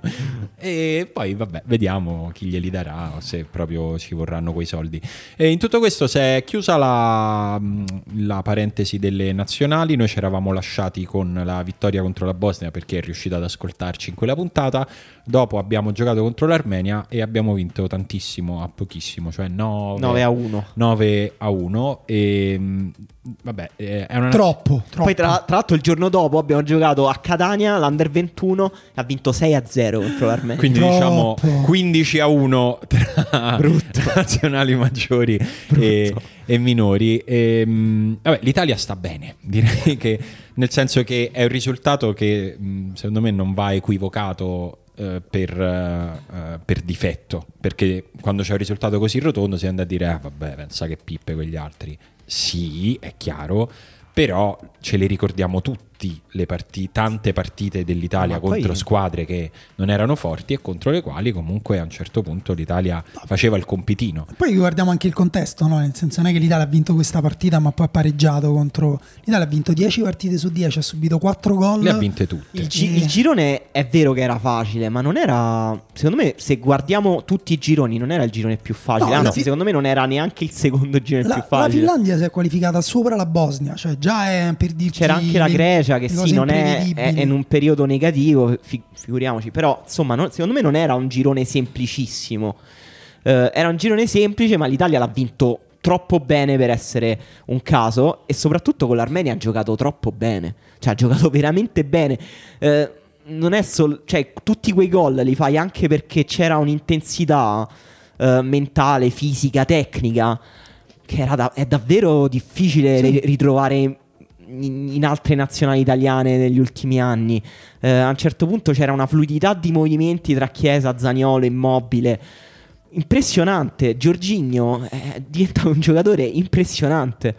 E poi, vabbè, vediamo chi glieli darà o se proprio ci vorranno quei soldi. E in tutto questo si è chiusa la, la parentesi delle nazionali. Noi ci eravamo lasciati con la vittoria contro la Bosnia perché è riuscita ad ascoltarci in quella puntata. Dopo abbiamo giocato contro l'Armenia e abbiamo vinto tantissimo a pochissimo, cioè nove a uno. nove a uno e mh, vabbè, eh, è una Troppo, troppo. Poi tra, tra l'altro il giorno dopo abbiamo giocato a Catania, l'Under ventuno ha vinto sei a zero contro l'Armenia. quindi Troppo. diciamo quindici a uno tra nazionali maggiori e, e minori e, mh, vabbè, l'Italia sta bene, direi, che nel senso che è un risultato che mh, secondo me non va equivocato eh, per, eh, per difetto, perché quando c'è un risultato così rotondo si andrà a dire ah, vabbè, pensa che pippe quegli altri. Sì, è chiaro, però ce le ricordiamo tutti le partite, tante partite dell'Italia Ma poi- contro squadre che non erano forti e contro le quali comunque a un certo punto l'Italia faceva il compitino. Poi guardiamo anche il contesto, no? Nel senso non è che l'Italia ha vinto questa partita ma poi ha pareggiato contro... L'Italia ha vinto dieci partite su dieci, ha subito quattro gol. Le ha vinte tutte. Il, gi- il girone è vero che era facile, ma non era. Secondo me, se guardiamo tutti i gironi, non era il girone più facile. No, Anzi, la fi- secondo me non era neanche il secondo girone La, più la facile. Finlandia si è qualificata sopra la Bosnia, cioè già è per dirti... C'era anche la le- Grecia che le sì, cose non è, è, imprevedibili. è in un periodo negativo, fi- figuriamoci. Però, insomma, non- secondo me non era un girone semplicissimo. Eh, era un girone semplice, ma l'Italia l'ha vinto troppo bene per essere un caso. E soprattutto con l'Armenia ha giocato troppo bene. Cioè, ha giocato veramente bene. Eh, non è solo, cioè tutti quei gol li fai anche perché c'era un'intensità uh, mentale, fisica, tecnica che era da- è davvero difficile sì. ritrovare in, in altre nazionali italiane negli ultimi anni. Uh, a un certo punto c'era una fluidità di movimenti tra Chiesa, Zaniolo, Immobile impressionante. Jorginho è diventato un giocatore impressionante.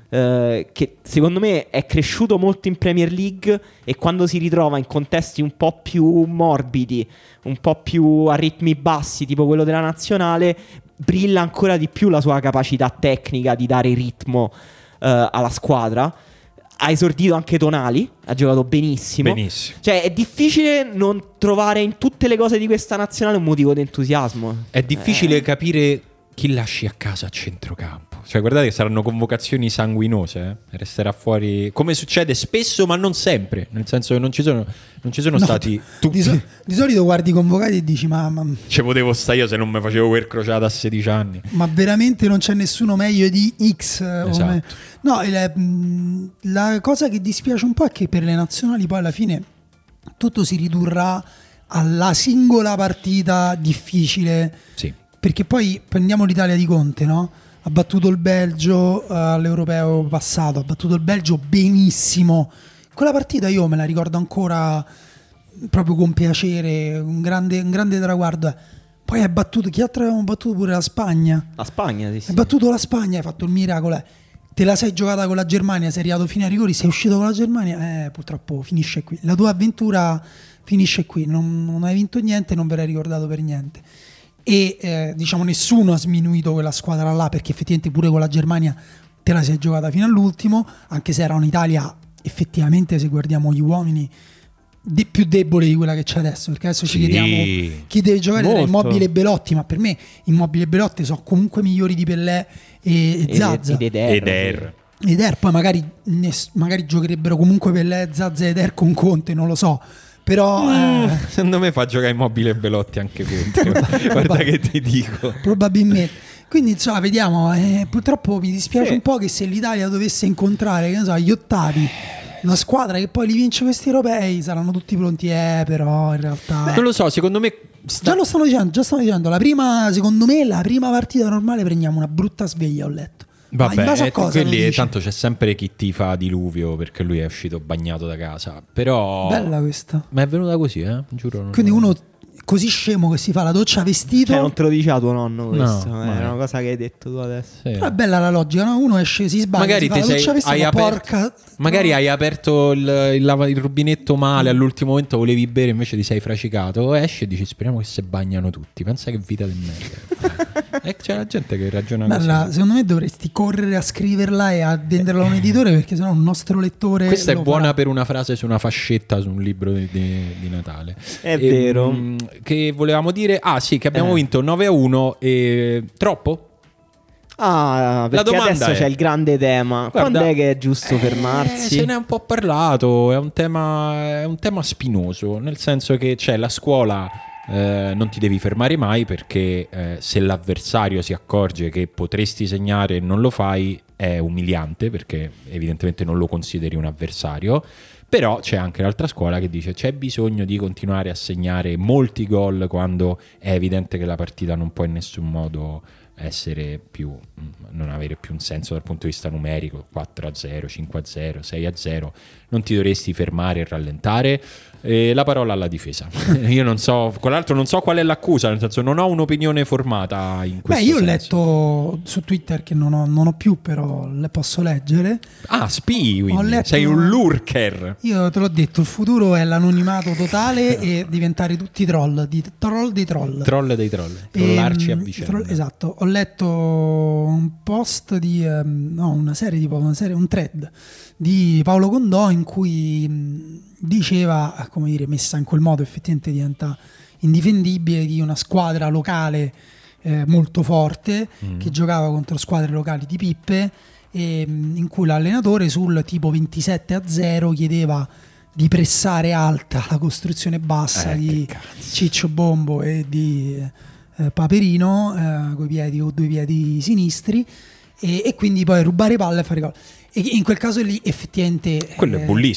Uh, che secondo me è cresciuto molto in Premier League e quando si ritrova in contesti un po' più morbidi, un po' più a ritmi bassi tipo quello della nazionale, brilla ancora di più la sua capacità tecnica di dare ritmo uh, alla squadra. Ha esordito anche Tonali, ha giocato benissimo. Benissimo. Cioè è difficile non trovare in tutte le cose di questa nazionale un motivo di entusiasmo. È difficile eh. capire chi lasci a casa a centrocampo. Cioè guardate che saranno convocazioni sanguinose, eh? Resterà fuori, come succede spesso ma non sempre, nel senso che non ci sono, non ci sono No, stati tutti. Di, so- di solito guardi i convocati e dici ma, ma, Ci potevo stare io se non mi facevo quel crociato a sedici anni. ma veramente non c'è nessuno meglio di X? Esatto. Come... No, il, mh, la cosa che dispiace un po' è che per le nazionali poi alla fine tutto si ridurrà alla singola partita difficile. Sì. Perché poi prendiamo l'Italia di Conte, no? Ha battuto il Belgio uh, all'Europeo passato, ha battuto il Belgio benissimo. Quella partita io me la ricordo ancora proprio con piacere, un grande, un grande traguardo. Poi hai battuto, chi altro avevamo battuto pure la Spagna? La Spagna, sì, sì. Hai battuto la Spagna, hai fatto il miracolo. Te la sei giocata con la Germania, sei arrivato fino ai rigori, sei uscito con la Germania, eh, purtroppo finisce qui. La tua avventura finisce qui, non, non hai vinto niente, non verrai ricordato per niente. E eh, diciamo nessuno ha sminuito quella squadra là, perché effettivamente pure con la Germania te la sei giocata fino all'ultimo, anche se era un'Italia effettivamente, se guardiamo gli uomini, de- più debole di quella che c'è adesso, perché adesso Sì. ci chiediamo chi deve giocare tra Molto. Immobile e Belotti, ma per me Immobile e Belotti sono comunque migliori di Pellè e, e Zaza Ed Eder. Eder. ed Er. Poi magari, ness- magari giocherebbero comunque Pellè, Zaza ed Er con Conte, non lo so. Però Mm, eh, secondo me fa giocare Immobile e Belotti anche Conte. Guarda che ti dico. probabilmente. Quindi insomma vediamo, eh, purtroppo mi dispiace Sì. un po' che se l'Italia dovesse incontrare, che ne so, gli ottavi, una squadra che poi li vince questi europei, saranno tutti pronti, eh però in realtà Non lo so, secondo me sta- già lo stanno dicendo, già stanno dicendo, la prima, secondo me la prima partita normale prendiamo una brutta sveglia, ho letto. Ma in Vabbè, base a eh, cosa lo quelli, dici? tanto c'è sempre chi ti fa diluvio perché lui è uscito bagnato da casa. Però Bella questa. ma è venuta così, eh? Giuro. non- Quindi uno così scemo che si fa la doccia vestito. Cioè non te lo diceva tuo nonno questo, No, eh, mai. è una cosa che hai detto tu adesso. Sì. Però è bella la logica, no? Uno esce, si sbaglia, Magari si fa ti la sei, doccia vestito, hai ma aperto, porca. magari no. hai aperto il, il, lava- il rubinetto male, all'ultimo momento volevi bere, invece ti sei fracicato. Esci e dici speriamo che si bagnano tutti. Pensa che vita del merda. E c'è la gente che ragiona Bella, così. secondo me dovresti correre a scriverla e a venderla a un editore, perché sennò un nostro lettore Questa è lo buona farà. per una frase su una fascetta su un libro di, di- di Natale. È vero. mh, Che volevamo dire? Ah sì, che abbiamo Eh. vinto nove a uno e troppo? Ah, perché domanda adesso è- c'è il grande tema. Guarda, Quando è che è giusto Eh, fermarsi? se ne è un po' parlato, è un tema, è un tema spinoso, nel senso che c'è la scuola, eh, non ti devi fermare mai perché eh, se l'avversario si accorge che potresti segnare e non lo fai è umiliante perché evidentemente non lo consideri un avversario. Però c'è anche l'altra scuola che dice c'è bisogno di continuare a segnare molti gol quando è evidente che la partita non può in nessun modo essere più, non avere più un senso dal punto di vista numerico. Quattro a zero, cinque a zero, sei a zero, non ti dovresti fermare e rallentare. E la parola alla difesa. Io non so, con l'altro non so qual è l'accusa, nel senso non ho un'opinione formata in Beh, questo io ho senso. letto su Twitter, che non ho, non ho più, però le posso leggere. Ah, spii, quindi. Ho letto- Sei un lurker. Io te l'ho detto, il futuro è l'anonimato totale e diventare tutti troll, di troll dei troll. Troll dei troll. Trollarci a Ehm, vicenda. troll- esatto, ho letto un post di ehm, no, una serie di una serie, un thread di Paolo Condò in cui mh, diceva, come dire, messa in quel modo effettivamente diventa indifendibile, di una squadra locale eh, molto forte Mm. che giocava contro squadre locali di pippe e, mh, in cui l'allenatore sul tipo ventisette a zero chiedeva di pressare alta la costruzione bassa Eh, di che cazzo. Ciccio Bombo e di eh, Paperino eh, coi piedi o due piedi sinistri e, e quindi poi rubare palle e fare gol. E in quel caso lì effettivamente Quello è eh, bullismo.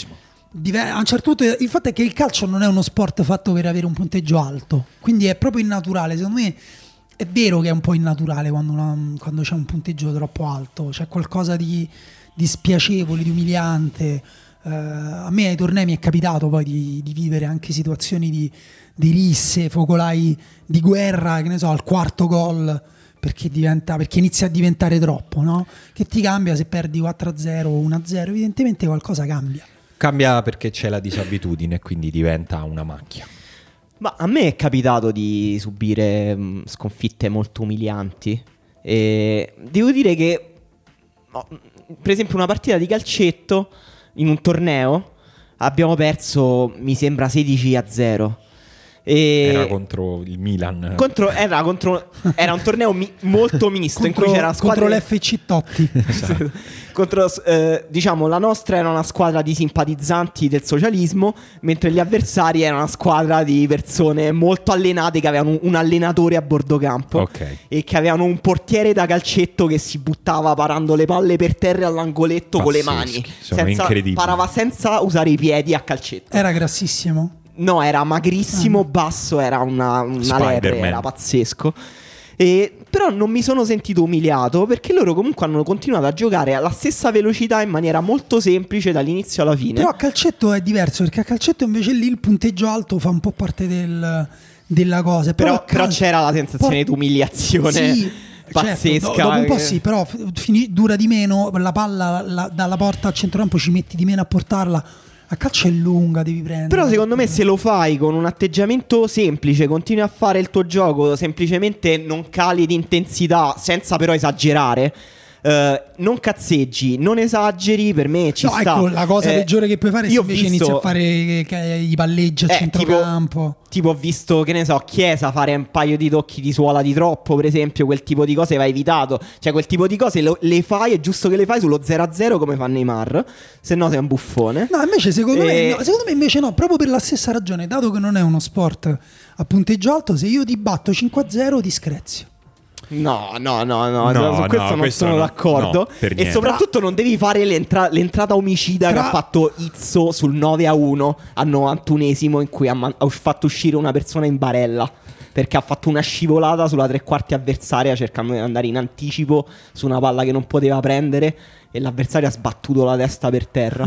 A un certo punto il fatto è che il calcio non è uno sport fatto per avere un punteggio alto, quindi è proprio innaturale. Secondo me è vero che è un po' innaturale quando, una, quando c'è un punteggio troppo alto, c'è qualcosa di, di spiacevole, di umiliante. Uh, a me ai tornei mi è capitato poi di, di vivere anche situazioni di, di risse, focolai di guerra, che ne so, al quarto gol, perché, diventa, perché inizia a diventare troppo, no? Che ti cambia se perdi quattro a zero o uno a zero, evidentemente qualcosa cambia. Cambia perché c'è la disabitudine, quindi diventa una macchia. Ma a me è capitato di subire mh, sconfitte molto umilianti. E devo dire che, oh, per esempio, una partita di calcetto in un torneo abbiamo perso, mi sembra, sedici a zero. E era contro il Milan. Contro, era, contro, era un torneo mi, molto misto contro, in cui c'era squadra contro l'F C Totti. Esatto. Contro, eh, diciamo, la nostra era una squadra di simpatizzanti del socialismo, mentre gli avversari erano una squadra di persone molto allenate che avevano un, un allenatore a bordo campo, okay. E che avevano un portiere da calcetto che si buttava parando le palle per terra all'angoletto. Pazzeschi, con le mani, sono senza, incredibili. Parava senza usare i piedi a calcetto. Era grassissimo. No, era magrissimo, ah. basso, era una, una lepre, era pazzesco. E, però non mi sono sentito umiliato, perché loro comunque hanno continuato a giocare alla stessa velocità in maniera molto semplice dall'inizio alla fine. Però a calcetto è diverso, perché a calcetto invece lì il punteggio alto fa un po' parte del, della cosa. Però, però, però cal- c'era la sensazione por- di umiliazione. Sì, pazzesca. Certo, dopo un po' sì, però fini, dura di meno, la palla la, dalla porta al centrocampo ci metti di meno a portarla. A calcio è lunga, devi prendere. Però secondo me se lo fai con un atteggiamento semplice, continui a fare il tuo gioco, semplicemente non cali di intensità senza però esagerare, Uh, non cazzeggi, non esageri, per me ci no, sta. Ecco, la cosa eh, peggiore che puoi fare è se invece visto... inizi a fare i palleggi al eh, centrocampo. Tipo, tipo ho visto, che ne so, Chiesa fare un paio di tocchi di suola di troppo, per esempio. Quel tipo di cose va evitato. Cioè quel tipo di cose lo, le fai, è giusto che le fai sullo zero a zero come fa Neymar, se no sei un buffone. No, invece secondo, e... me, no, secondo me invece no, proprio per la stessa ragione. Dato che non è uno sport a punteggio alto, se io ti batto cinque a zero discrezio. No, no, no, no, no su questo no, non questo sono no, d'accordo. No, e soprattutto non devi fare l'entra- l'entrata omicida Tra... che ha fatto Izzo sul nove a uno al novantunesimo, in cui ha, man- ha fatto uscire una persona in barella perché ha fatto una scivolata sulla tre quarti avversaria cercando di andare in anticipo su una palla che non poteva prendere e l'avversario ha sbattuto la testa per terra.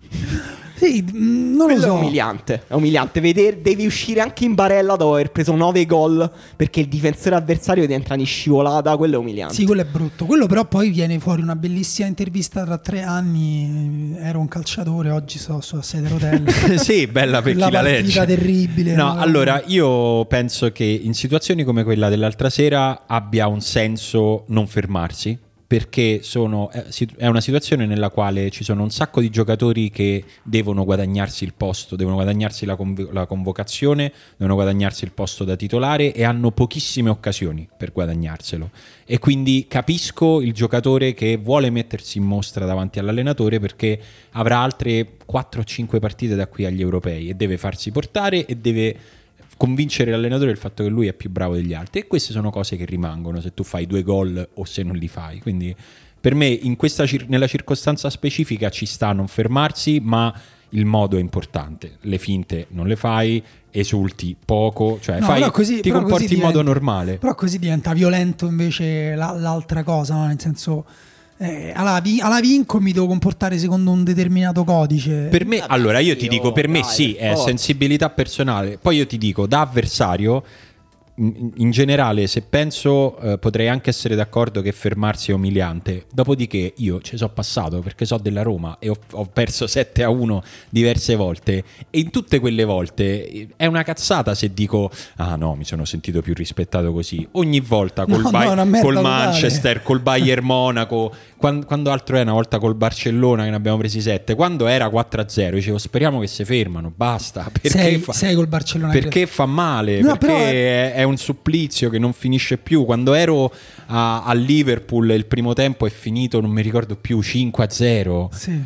Sì, non Quello lo so. È umiliante, è umiliante. Vedere, devi uscire anche in barella dopo aver preso nove gol perché il difensore avversario ti entra in scivolata. Quello è umiliante. Sì, quello è brutto. Quello però poi viene fuori una bellissima intervista tra tre anni. Ero un calciatore, oggi sto sulla sedia a rotelle. Sì, bella per la chi la legge. La terribile. No, no, allora io penso che in situazioni come quella dell'altra sera abbia un senso non fermarsi, perché sono, è una situazione nella quale ci sono un sacco di giocatori che devono guadagnarsi il posto, devono guadagnarsi la, conv- la convocazione, devono guadagnarsi il posto da titolare e hanno pochissime occasioni per guadagnarselo. E quindi capisco il giocatore che vuole mettersi in mostra davanti all'allenatore perché avrà altre quattro o cinque partite da qui agli europei e deve farsi portare e deve convincere l'allenatore del fatto che lui è più bravo degli altri, e queste sono cose che rimangono se tu fai due gol o se non li fai. Quindi per me in questa cir- nella circostanza specifica ci sta a non fermarsi, ma il modo è importante. Le finte non le fai, esulti poco, cioè no, fai, così, ti comporti in diventa, modo normale. Però così diventa violento invece la, l'altra cosa, no? Nel senso Eh, alla, vi- alla vinco mi devo comportare secondo un determinato codice. Per me, Vabbè, allora io sì, ti dico, oh, per me dai, sì, è oh. sensibilità personale. Poi io ti dico, da avversario, in, in generale, se penso, eh, potrei anche essere d'accordo che fermarsi è umiliante. Dopodiché io ci sono passato perché so della Roma e ho, ho perso sette a uno diverse volte, e in tutte quelle volte è una cazzata se dico ah no, mi sono sentito più rispettato così. Ogni volta col, no, Bay- no, col Manchester, col Bayern Monaco, quando, quando altro è, una volta col Barcellona che ne abbiamo presi sette, quando era quattro a zero dicevo speriamo che si fermano, basta, perché sei, fa, sei col Barcellona, perché credo. fa male, No, perché però è, è un supplizio che non finisce più. Quando ero a, a Liverpool il primo tempo è finito, non mi ricordo più, cinque a zero. Sì.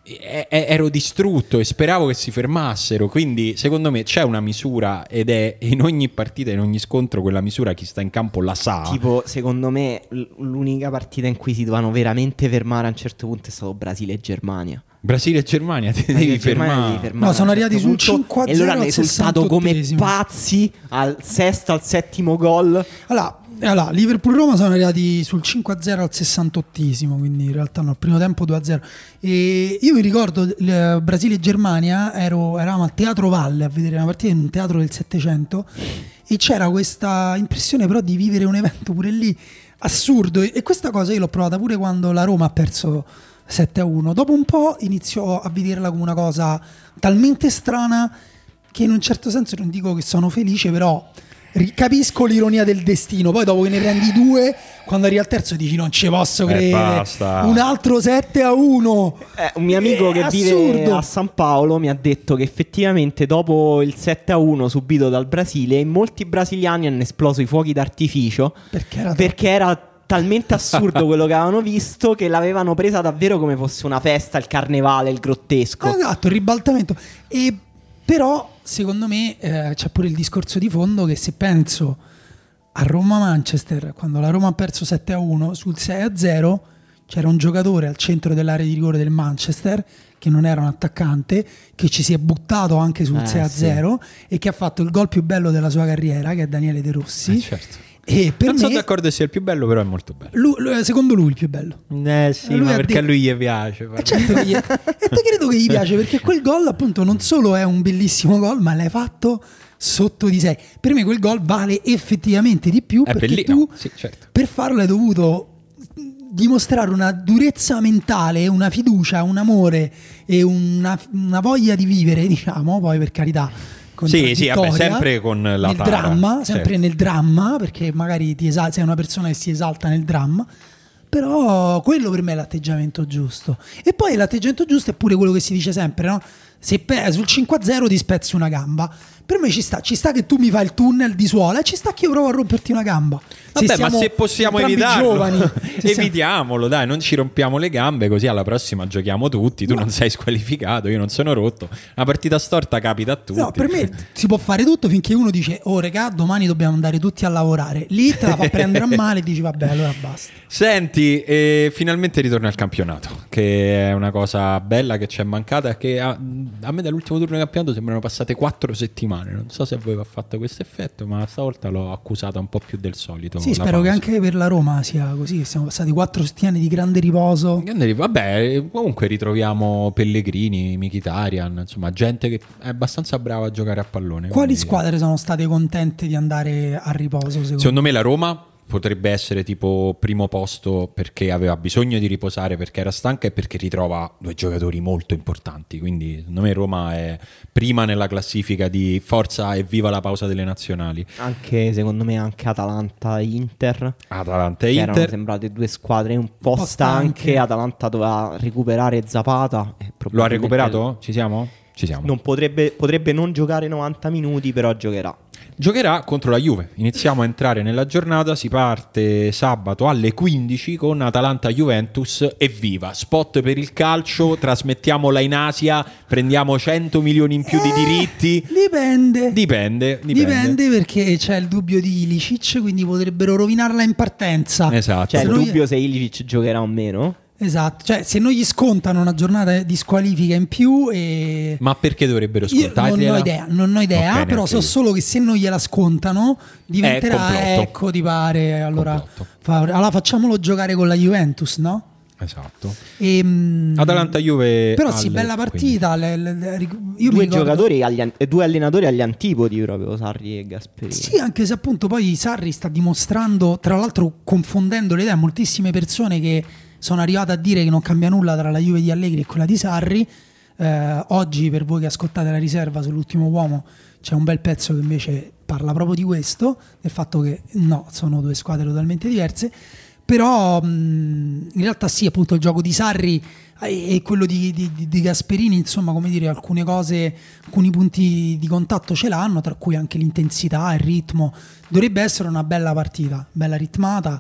e- ero distrutto e speravo che si fermassero, quindi secondo me c'è una misura ed è in ogni partita, in ogni scontro quella misura chi sta in campo la sa. Tipo, secondo me l- l'unica partita in cui si dovevano veramente fermare a un certo punto è stato Brasile e Germania. Brasile e Germania ti Brasile devi e Germania fermare. devi fermare No, sono a un arrivati certo sul punto, cinque a e loro zero hanno al esultato come sessantottesimo. pazzi al sesto, al settimo gol. Allora, allora Liverpool-Roma sono arrivati sul cinque a zero al sessantottesimo, quindi in realtà no, al primo tempo due a zero. E io mi ricordo eh, Brasile e Germania, ero, eravamo al Teatro Valle a vedere una partita in un teatro del Settecento e c'era questa impressione però di vivere un evento pure lì assurdo, e, e questa cosa io l'ho provata pure quando la Roma ha perso sette a uno. Dopo un po' iniziò a vederla come una cosa talmente strana che in un certo senso non dico che sono felice, però capisco l'ironia del destino. Poi dopo che ne prendi due, quando arrivi al terzo dici non ci posso Eh, credere, basta. un altro sette a uno. Eh, un mio amico È che vive assurdo. a San Paolo mi ha detto che effettivamente dopo il sette a uno subito dal Brasile, in molti brasiliani hanno esploso i fuochi d'artificio Perché era perché era talmente assurdo quello che avevano visto che l'avevano presa davvero come fosse una festa, il carnevale, il grottesco. Esatto, il ribaltamento. E però secondo me eh, c'è pure il discorso di fondo che se penso a Roma-Manchester, quando la Roma ha perso sette a uno, sul sei a zero c'era un giocatore al centro dell'area di rigore del Manchester che non era un attaccante, che ci si è buttato anche sul Eh, sei a zero e che ha fatto il gol più bello della sua carriera, che è Daniele De Rossi. Eh, certo. E per Non me, sono d'accordo sia il più bello, però è molto bello. lui- lui- secondo lui il più bello. Eh sì, Lui ma ha perché detto- a lui gli piace. Eh, certo che gli- e te credo che gli piace, perché quel gol appunto non solo è un bellissimo gol, ma l'hai fatto sotto di sé. Per me quel gol vale effettivamente di più, È perché belli- tu no, sì, certo. per farlo hai dovuto dimostrare una durezza mentale, una fiducia, un amore e una, una voglia di vivere, diciamo, poi per carità. Sì, sì, vabbè, contraddittoria, sempre con la nel tara, dramma, sempre certo. nel dramma, perché magari ti esal- sei una persona che si esalta nel dramma. Però quello per me è l'atteggiamento giusto. E poi l'atteggiamento giusto è pure quello che si dice sempre, no? Se pe- sul cinque a zero ti spezzi una gamba. Per me ci sta, ci sta che tu mi fai il tunnel di suola e ci sta che io provo a romperti una gamba. Vabbè, ma siamo se possiamo entrambi evitarlo, giovani, se siamo- evitiamolo, dai, non ci rompiamo le gambe, così alla prossima giochiamo tutti. Tu No. non sei squalificato, io non sono rotto. Una partita storta capita a tutti. No, per me si può fare tutto finché uno dice oh regà, domani dobbiamo andare tutti a lavorare. Lì te la fa prendere a male e dici vabbè, allora basta. Senti, eh, finalmente ritorna al campionato, che è una cosa bella che ci è mancata, che a, a me dall'ultimo turno di campionato sembrano passate quattro settimane. Non so se a voi vi ha fatto questo effetto, ma stavolta l'ho accusata un po' più del solito. Sì, la spero che pausa. anche per la Roma sia così, che siamo passati quattro settimane di grande riposo. Grande- Vabbè, comunque ritroviamo Pellegrini, Mkhitaryan, insomma, gente che è abbastanza brava a giocare a pallone. Quali quindi- squadre sono state contente di andare a riposo secondo, Secondo me la Roma potrebbe essere tipo primo posto perché aveva bisogno di riposare, perché era stanca e perché ritrova due giocatori molto importanti. Quindi secondo me Roma è prima nella classifica di forza e viva la pausa delle nazionali. Anche secondo me anche Atalanta e Inter, Atalanta e che erano Inter. sembrate due squadre un po', Un po' stanche. stanche. Atalanta doveva recuperare Zapata e Lo ha probabilmente recuperato? Ci siamo? Ci siamo. Non potrebbe, potrebbe non giocare novanta minuti, però giocherà. Giocherà contro la Juve. Iniziamo a entrare nella giornata. Si parte sabato alle quindici con Atalanta-Juventus. Evviva! Spot per il calcio. Trasmettiamola in Asia. Prendiamo cento milioni in più di Eh, diritti. Dipende. Dipende, dipende. Dipende perché c'è il dubbio di Ilicic, quindi potrebbero rovinarla in partenza. Esatto. C'è Se il noi- dubbio se Ilicic giocherà o meno. Esatto, cioè se non gli scontano una giornata di squalifica in più e... Ma perché dovrebbero Io non scontargliela? ho idea, non ho idea, Ok, però neanche so io. solo che se non gliela scontano diventerà, complotto. ecco, ti pare, allora, Complotto. fa- allora facciamolo giocare con la Juventus, no? Esatto. E, mm, Atalanta-Juve però sì, alle bella partita, le- le- le- io mi Due ricordo- giocatori agli an- e due allenatori agli antipodi proprio, Sarri e Gasperini. Sì, anche se appunto poi Sarri sta dimostrando, tra l'altro confondendo le idee, a moltissime persone che sono arrivate a dire che non cambia nulla tra la Juve di Allegri e quella di Sarri. Eh, oggi, per voi che ascoltate la riserva sull'ultimo uomo, c'è un bel pezzo che invece parla proprio di questo, del fatto che no, sono due squadre totalmente diverse. Però mh, in realtà sì, appunto il gioco di Sarri e quello di, di, di Gasperini, insomma, come dire, alcune cose, alcuni punti di contatto ce l'hanno, tra cui anche l'intensità, il ritmo. Dovrebbe essere una bella partita, bella ritmata,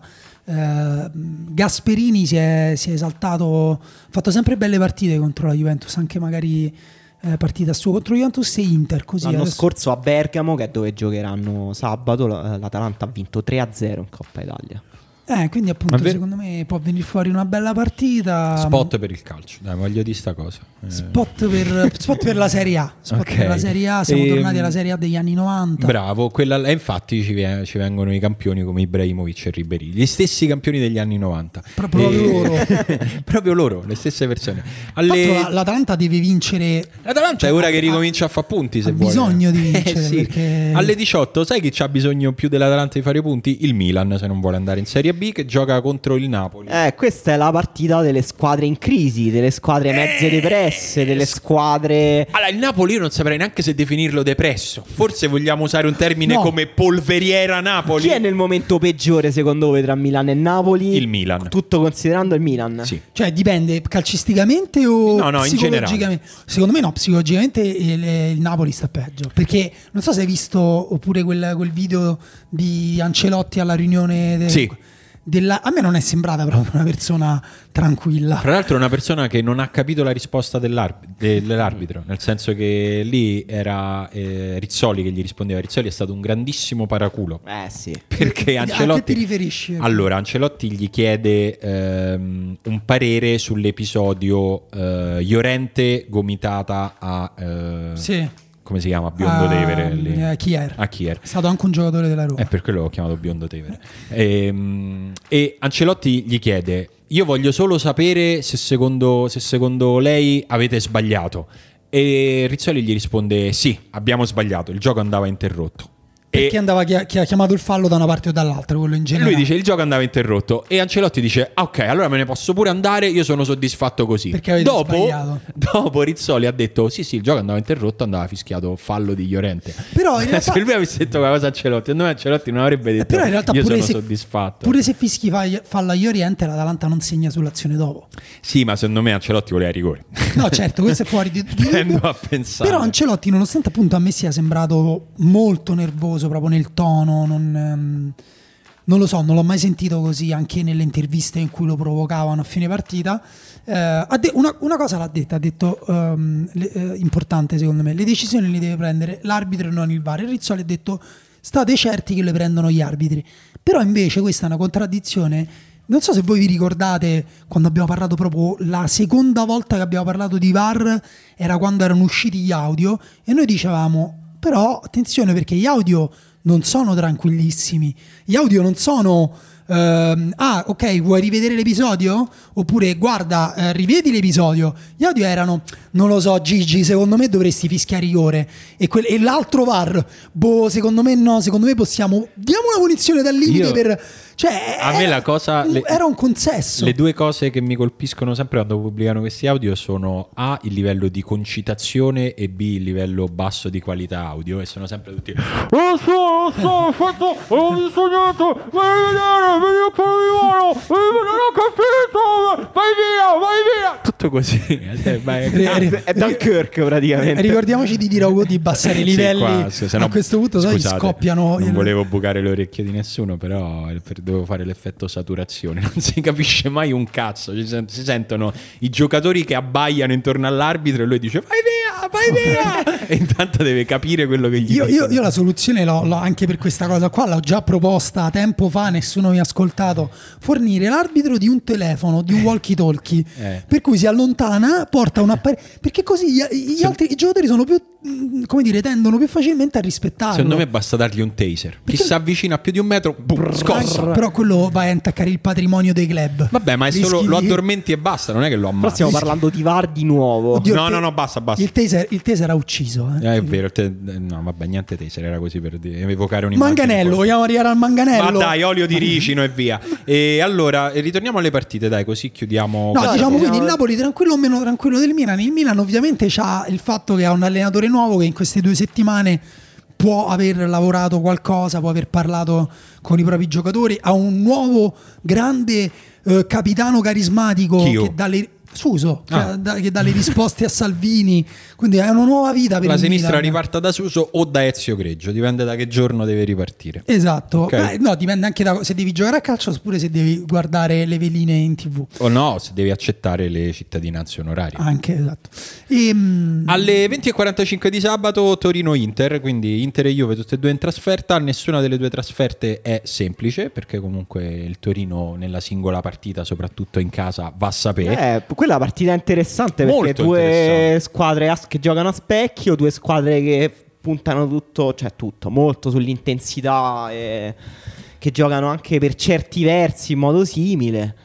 Uh, Gasperini si è, si è esaltato, ha fatto sempre belle partite contro la Juventus, anche magari eh, partita sua contro Juventus e Inter. Così l'anno adesso... scorso a Bergamo, che è dove giocheranno sabato, l'Atalanta ha vinto tre a zero in Coppa Italia. Eh, quindi appunto ver- secondo me può venire fuori una bella partita. Spot per il calcio, dai, voglio dire sta cosa. Eh. Spot, per, spot per la Serie A. Spot okay. per la Serie A. Siamo e, tornati alla Serie A degli anni novanta. Bravo, quella, e infatti ci, ci vengono i campioni come Ibrahimovic e Ribéry, gli stessi campioni degli anni novanta. Proprio e... loro. Proprio loro, le stesse persone. Alle... La, L'Atalanta deve vincere. L'Atalanta cioè, è ora che ricomincia a fare punti. Se ha vuole. bisogno di vincere. Eh, sì. Perché... Alle diciotto, sai chi c'ha bisogno più dell'Atalanta di fare punti? Il Milan, se non vuole andare in Serie B, che gioca con contro il Napoli. Eh, questa è la partita delle squadre in crisi, delle squadre mezze depresse, delle squadre... Allora, il Napoli io non saprei neanche se definirlo depresso. Forse vogliamo usare un termine no. come polveriera Napoli. Chi è nel momento peggiore secondo voi tra Milano e Napoli? Il Milan. Tutto considerando il Milan? Sì. Cioè dipende calcisticamente o no, no, psicologicamente? in generale. Secondo me no, psicologicamente il, il Napoli sta peggio. Perché non so se hai visto oppure quel, quel video di Ancelotti alla riunione del... Sì. Della, a me non è sembrata proprio una persona tranquilla. Tra l'altro è una persona che non ha capito la risposta dell'arbitro, dell'arbitro nel senso che lì era eh, Rizzoli che gli rispondeva. Rizzoli è stato un grandissimo paraculo. Eh sì. Perché Ancelotti... A che ti riferisci? Allora Ancelotti gli chiede ehm, un parere sull'episodio eh, Llorente gomitata a... Eh, sì. Come si chiama? Biondo uh, Tevere lì. Uh, Kier. A Kier. È stato anche un giocatore della Roma. È per quello l'ho chiamato Biondo Tevere. E, e Ancelotti gli chiede: io voglio solo sapere se secondo, se secondo lei avete sbagliato. E Rizzoli gli risponde: sì, abbiamo sbagliato, il gioco andava interrotto. Perché andava chi ha, chi ha chiamato il fallo da una parte o dall'altra, quello in generale. Lui dice il gioco andava interrotto e Ancelotti dice ah, ok, allora me ne posso pure andare, io sono soddisfatto così. Perché avete dopo, sbagliato. Dopo Rizzoli ha detto sì sì il gioco andava interrotto, andava fischiato fallo di Llorente. Però in realtà... se lui avesse detto quella cosa a Ancelotti, secondo me Ancelotti non avrebbe detto però in realtà io pure sono se, soddisfatto. Pure se fischi fallo a Llorente l'Atalanta non segna sull'azione dopo. Sì, ma secondo me Ancelotti voleva rigore. No certo, questo è fuori di, di Tendo a pensare. Però Ancelotti nonostante appunto a me sia sembrato molto nervoso proprio nel tono, non, ehm, non lo so, non l'ho mai sentito così anche nelle interviste in cui lo provocavano a fine partita. Eh, ha de- una, una cosa l'ha detta, ha detto um, le, eh, importante secondo me, le decisioni le deve prendere l'arbitro e non il V A R. E Rizzoli ha detto state certi che le prendono gli arbitri. Però invece questa è una contraddizione. Non so se voi vi ricordate quando abbiamo parlato proprio la seconda volta che abbiamo parlato di V A R era quando erano usciti gli audio e noi dicevamo però attenzione perché gli audio non sono tranquillissimi, gli audio non sono ehm, ah ok vuoi rivedere l'episodio? Oppure guarda eh, rivedi l'episodio. Gli audio erano non lo so Gigi secondo me dovresti fischiare rigore e, quel, e l'altro V A R boh secondo me no, secondo me possiamo diamo una punizione dal limite. Io... per cioè a me la cosa un, le, era un consesso. Le due cose che mi colpiscono sempre quando pubblicano questi audio sono A il livello di concitazione e B il livello basso di qualità audio e sono sempre tutti oh so, so, ho fatto ho visto niente vai a vedere vedi un po' di mano non ho capito vai via vai via tutto così è, è Dunkirk praticamente. Ricordiamoci di dire di abbassare i livelli sì, qua, se, se no, a questo punto sai scoppiano. Non volevo bucare le orecchie di nessuno però per dovevo fare l'effetto saturazione, non si capisce mai un cazzo, si sentono i giocatori che abbaiano intorno all'arbitro e lui dice vai via, vai via e intanto deve capire quello che gli io, io, io la soluzione l'ho, l'ho anche per questa cosa qua l'ho già proposta tempo fa, nessuno mi ha ascoltato, fornire l'arbitro di un telefono, di un walkie talkie eh. per cui si allontana, porta un apparecchio perché così gli, gli Se... altri i giocatori sono più come dire, tendono più facilmente a rispettarlo. Secondo me basta dargli un taser. Perché... Chi si avvicina a più di un metro, boom, scossa. Però quello va a intaccare il patrimonio dei club. Vabbè, ma è solo lo addormenti e basta, non è che lo ammazzi. Però stiamo parlando di V A R di nuovo. Oddio, no, no, no, basta, basta. Il taser, il taser ha ucciso. Eh. Eh, è vero, te... no, vabbè, niente taser, era così per evocare un manganello, vogliamo arrivare al manganello. Ma dai, olio di ricino e via. E allora, ritorniamo alle partite, dai, così chiudiamo. No, diciamo quindi il Napoli tranquillo o meno tranquillo del Milan. Il Milan ovviamente c'ha il fatto che ha un allenatore nuovo che in queste due settimane può aver lavorato qualcosa, può aver parlato con i propri giocatori, ha un nuovo grande eh, capitano carismatico Chio. che dalle Suso, Ah. che, da, che dà le risposte a Salvini, quindi è una nuova vita per La il sinistra Milan. riparta da Suso o da Ezio Greggio, dipende da che giorno deve ripartire. Esatto. Okay. Beh, no, dipende anche da se devi giocare a calcio oppure se devi guardare le veline in tv. O no, se devi accettare le cittadinanze onorarie. Anche, esatto. E, mm, Alle venti e quarantacinque di sabato Torino-Inter, quindi Inter e Juve tutte e due in trasferta. Nessuna delle due trasferte è semplice, perché comunque il Torino nella singola partita, soprattutto in casa, va a sapere. Eh, quella partita è interessante perché Molto due interessante. squadre as- che giocano a specchio, due squadre che puntano tutto, cioè tutto, molto sull'intensità e che giocano anche per certi versi in modo simile.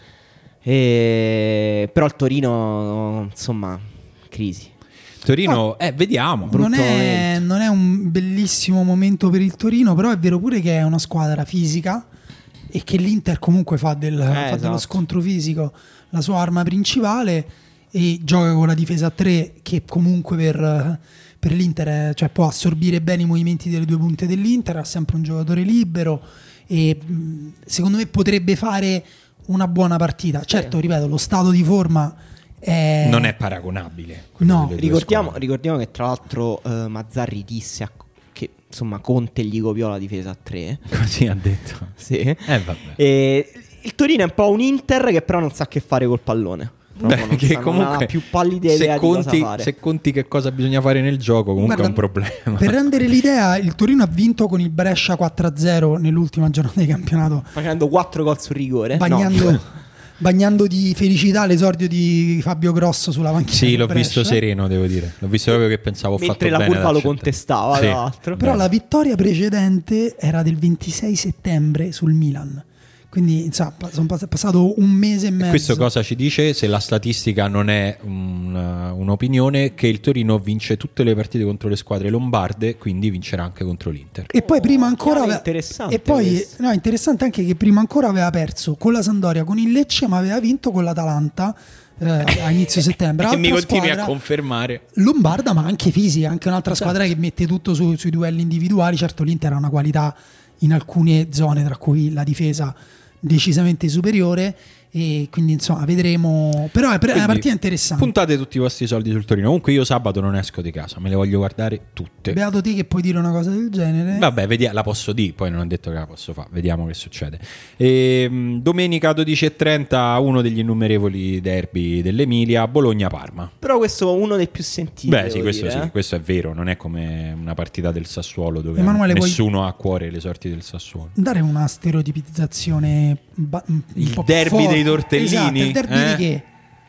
E... Però il Torino, insomma, crisi. Torino, eh, vediamo. non, è, momento. non è un bellissimo momento per il Torino, però è vero pure che è una squadra fisica e che l'Inter comunque fa, del, fa esatto. dello scontro fisico la sua arma principale e gioca con la difesa a tre che comunque per, per l'Inter è, cioè può assorbire bene i movimenti delle due punte dell'Inter, ha sempre un giocatore libero e mh, secondo me potrebbe fare una buona partita. Certo, ripeto, lo stato di forma è... Non è paragonabile. quello No. delle due Ricordiamo, squadre. ricordiamo che tra l'altro eh, Mazzarri disse a- che insomma Conte gli copiò la difesa a tre. Così ha detto. Sì. Eh, vabbè. E il Torino è un po' un Inter che però non sa che fare col pallone. Proprio Beh, non che sa- non comunque ha la più pallida se idea di conti, cosa fare. se conti che cosa bisogna fare nel gioco, comunque Guarda, è un problema. Per rendere l'idea, il Torino ha vinto con il Brescia quattro a zero nell'ultima giornata di campionato, Facendo quattro gol sul rigore. bagnando, No. bagnando di felicità l'esordio di Fabio Grosso sulla panchina. Sì, del l'ho Brescia. visto sereno, devo dire. L'ho visto proprio che pensavo ho Mentre fatto la bene curva ad lo accettare. contestava, Sì. tra l'altro. Però Bene. la vittoria precedente era del ventisei settembre sul Milan. Quindi insomma, sono pass- passato un mese e mezzo. Questo cosa ci dice? Se la statistica non è un- un'opinione, che il Torino vince tutte le partite contro le squadre lombarde, quindi vincerà anche contro l'Inter. E poi prima ancora chiave aveva- interessante e poi questo. no, interessante anche che prima ancora aveva perso con la Sampdoria, con il Lecce, ma aveva vinto con l'Atalanta eh, a inizio settembre. E mi Altra continui a squadra confermare. lombarda, ma anche fisica, anche un'altra squadra che mette tutto su- sui duelli individuali. Certo, l'Inter ha una qualità in alcune zone, tra cui la difesa decisamente superiore, e quindi insomma vedremo. Però è, è una Quindi, partita interessante. Puntate tutti i vostri soldi sul Torino. Comunque io sabato non esco di casa, me le voglio guardare tutte. Beato te che puoi dire una cosa del genere. Vabbè, vediamo, la posso dire, poi non ho detto che la posso fare, vediamo che succede. E, domenica dodici e trenta, uno degli innumerevoli derby dell'Emilia, Bologna-Parma. Però questo è uno dei più sentiti. Beh, sì, devo questo, dire, sì, eh. questo è vero, non è come una partita del Sassuolo dove Emanuele, vuoi- nessuno ha a cuore le sorti del Sassuolo. Dare una stereotipizzazione ba- un Il po' più derby forte. dei tortellini? Esatto, il derby Eh? di che?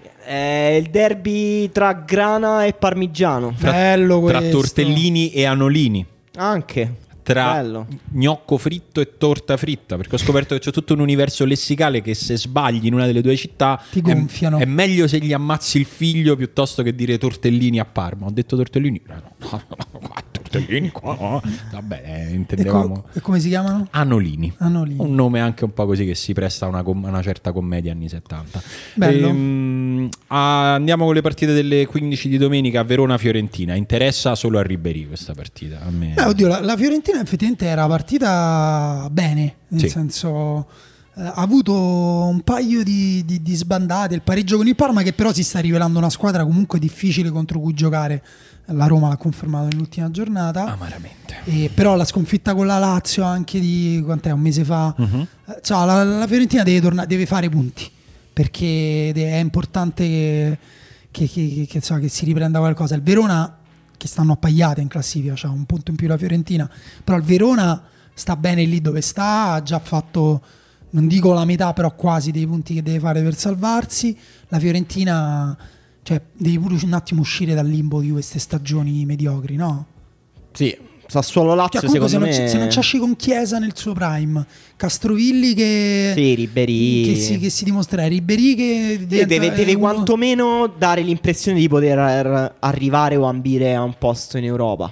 È il derby tra Grana e Parmigiano. Tra, Bello tra questo. tortellini e anolini, Anche. tra Bello. gnocco fritto e torta fritta, perché ho scoperto che c'è tutto un universo lessicale che se sbagli in una delle due città Ti è- gonfiano. È, meglio se gli ammazzi il figlio piuttosto che dire tortellini a Parma. Ho detto tortellini, eh, no, no, no, qua, tortellini qua, no. Vabbè, eh, E, co- intendevamo e come si chiamano? Anolini. Anolini. Un nome anche un po' così che si presta a una, com- a una certa commedia anni settanta. Bello. Ehm, ah, andiamo con le partite delle quindici di domenica. Verona-Fiorentina. Interessa solo a Ribéry questa partita. A me. Eh, oddio, la, la Fiorentina effettivamente era partita bene, nel Sì. senso eh, ha avuto un paio di, di- di sbandate, il pareggio con il Parma che però si sta rivelando una squadra comunque difficile contro cui giocare. La Roma l'ha confermato nell'ultima giornata. Amaramente. E però la sconfitta con la Lazio anche di quant'è, un mese fa, Mhm. eh, cioè, la, la Fiorentina deve, tornare, deve fare punti perché de- è importante che, che, che- che, insomma, che si riprenda qualcosa. Il Verona, che stanno appaiate in classifica, c'ha un punto in più la Fiorentina, però il Verona sta bene lì dove sta, ha già fatto, non dico la metà, però quasi dei punti che deve fare per salvarsi. La Fiorentina, cioè, devi pure un attimo uscire dal limbo di queste stagioni mediocri, no? Sì. Sassuolo-Lazio Cioè, comunque secondo se, me. non, ci- se non ci esci con Chiesa nel suo prime, Castrovilli che, Sì, Ribéry. che, si, che si dimostra, Ribéry che Sì, diventa- deve, deve è uno- quantomeno dare l'impressione di poter ar- arrivare o ambire a un posto in Europa.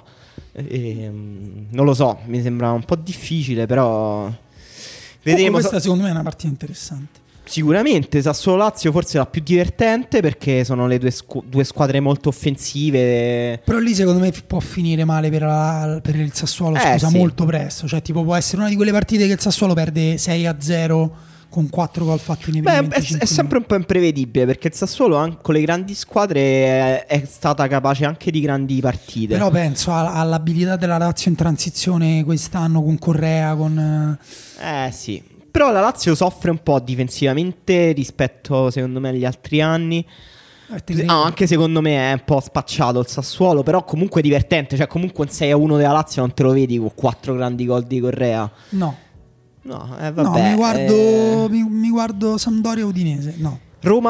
Ehm, non lo so, mi sembra un po' difficile, però Comunque vedremo. questa secondo me è una partita interessante. Sicuramente Sassuolo-Lazio forse è la più divertente perché sono le due, squ- due squadre molto offensive. Però lì secondo me può finire male per, la- per il Sassuolo, Eh, scusa, sì. molto presto. Cioè tipo può essere una di quelle partite che il Sassuolo perde sei a zero con quattro gol fatti nei Beh, primi è, venticinque è sempre un po' imprevedibile, perché il Sassuolo anche con le grandi squadre è, è stata capace anche di grandi partite. Però penso a- all'abilità della Lazio in transizione quest'anno con Correa, con... Eh sì, però la Lazio soffre un po' difensivamente rispetto secondo me agli altri anni. eh, te credo. Ah, anche secondo me è un po' spacciato il Sassuolo, però comunque divertente, cioè comunque un sei a uno della Lazio non te lo vedi con quattro grandi gol di Correa. No, No, eh, no, vabbè, mi guardo, eh, mi, mi guardo Sampdoria Udinese, no.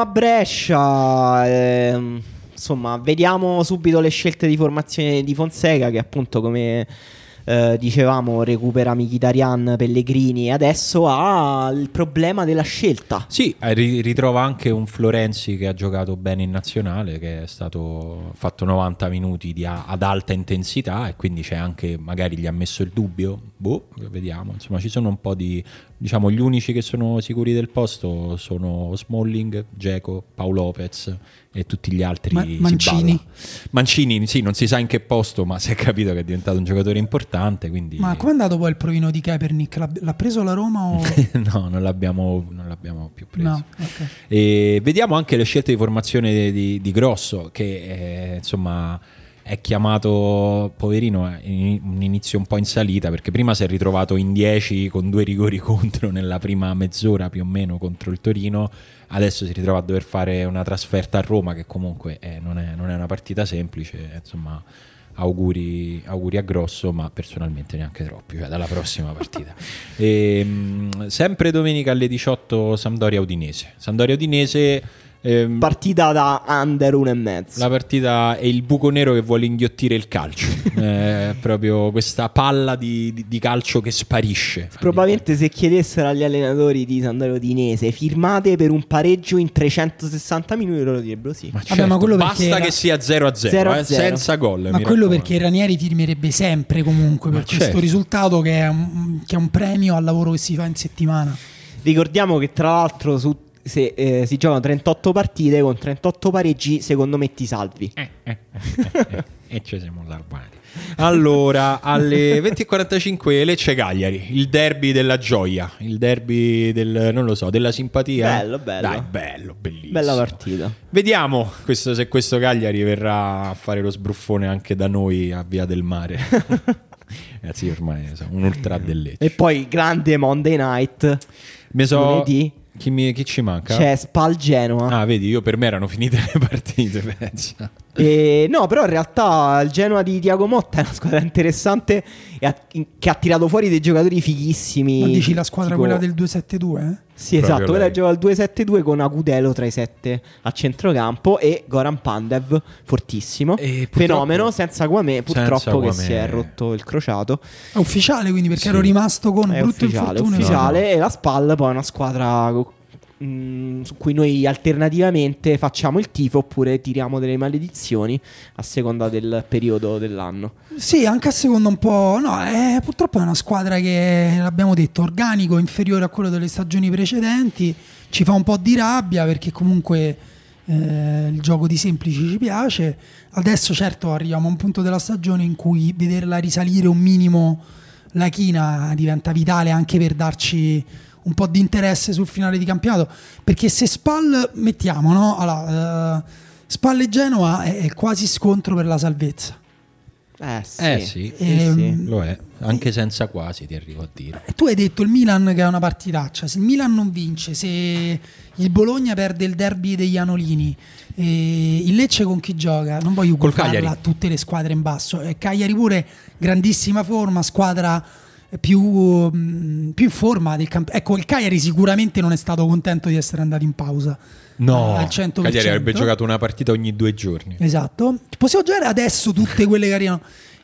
Roma-Brescia, ehm, insomma, vediamo subito le scelte di formazione di Fonseca, che appunto come eh, dicevamo recupera Mkhitaryan, Pellegrini e adesso ha il problema della scelta. Sì, eh, ri- ritrova anche un Florenzi che ha giocato bene in nazionale, che è stato fatto novanta minuti di a- ad alta intensità, e quindi c'è anche, magari gli ha messo il dubbio, boh, vediamo. Insomma, ci sono un po' di, diciamo, gli unici che sono sicuri del posto sono Smalling, Dzeko, Paolo Lopez, e tutti gli altri Ma- si Mancini. balla. Mancini, sì, non si sa in che posto, ma si è capito che è diventato un giocatore importante, quindi Ma com'è andato poi il provino di Kaepernick? L'ha, l'ha preso la Roma o... no, non l'abbiamo, non l'abbiamo più preso. No, ok. E vediamo anche le scelte di formazione di, di- di Grosso, che eh, insomma è chiamato, poverino, è in- un inizio un po' in salita, perché prima si è ritrovato in dieci con due rigori contro nella prima mezz'ora più o meno contro il Torino. Adesso si ritrova a dover fare una trasferta a Roma, che comunque eh, non, è, non è una partita semplice. Insomma, auguri, auguri a Grosso, ma personalmente neanche troppi, cioè dalla prossima partita. E, mh, sempre domenica alle diciotto Sampdoria Udinese. Sampdoria Udinese. ehm, Partita da under uno e mezzo. la partita è il buco nero che vuole inghiottire il calcio. È proprio questa palla di, di- di calcio che sparisce. Probabilmente se chiedessero agli allenatori di Sampdoria Udinese firmate per un pareggio in trecentosessanta minuti, loro direbbero sì. Ma, Vabbè, certo, ma quello basta perché era- che sia zero a zero, zero a eh, zero. senza gol. Ma mi quello raccomando. perché Ranieri firmerebbe sempre comunque per Ma questo certo. risultato che è, un, che è un premio al lavoro che si fa in settimana. Ricordiamo che tra l'altro su, se eh, si giocano trentotto partite con trentotto pareggi, secondo me ti salvi. Eh, eh, eh, eh, e ci siamo salvati. Allora, alle venti e quarantacinque Lecce Cagliari, il derby della gioia, il derby del, non lo so, della simpatia. Bello, bello. Dai, bello, bellissimo. Bella partita. Vediamo questo, se questo Cagliari verrà a fare lo sbruffone anche da noi a Via del Mare. Ragazzi, ormai sono un ultra del Lecce. E poi grande Monday Night. Mi so- lunedì chi, mi- chi ci manca? c'è Spal Genoa. Ah, vedi, io per me erano finite le partite, pensa. E no, però in realtà il Genoa di Thiago Motta è una squadra interessante e ha- che ha tirato fuori dei giocatori fighissimi. Ma dici la squadra tipo- quella del due sette due? Eh? Sì, Proprio esatto, quella lei. gioca al due sette due con Agudelo tra i sette a centrocampo e Goran Pandev, fortissimo. E purtroppo- fenomeno, senza Guamè, purtroppo Senza che Guamè. si è rotto il crociato. È ufficiale quindi perché Sì. ero rimasto con È brutto ufficiale, infortunio. ufficiale. E la Spal poi è una squadra mh, su cui noi alternativamente facciamo il tifo oppure tiriamo delle maledizioni a seconda del periodo dell'anno. Sì, anche a secondo un po'. No, è, purtroppo è una squadra che, l'abbiamo detto, organico, inferiore a quello delle stagioni precedenti. Ci fa un po' di rabbia perché comunque eh, il gioco di semplici ci piace. Adesso certo arriviamo a un punto della stagione in cui vederla risalire un minimo la china diventa vitale anche per darci un po' di interesse sul finale di campionato, perché se Spal mettiamo, no? Allora, eh, Spal e Genoa è, è quasi scontro per la salvezza. Eh sì, Eh sì. sì, sì. Lo è, anche senza quasi, ti arrivo a dire. E tu hai detto il Milan che è una partitaccia. Se il Milan non vince, se il Bologna perde il derby degli Anolini, e il Lecce con chi gioca? Non voglio Col farla Cagliari. a tutte le squadre in basso. E Cagliari pure, grandissima forma, squadra più, mh, più in forma del camp- Ecco, il Cagliari sicuramente non è stato contento di essere andato in pausa. No, al cento per Cagliari cento. avrebbe giocato una partita ogni due giorni. Esatto. Possiamo giocare adesso tutte quelle che arrivano.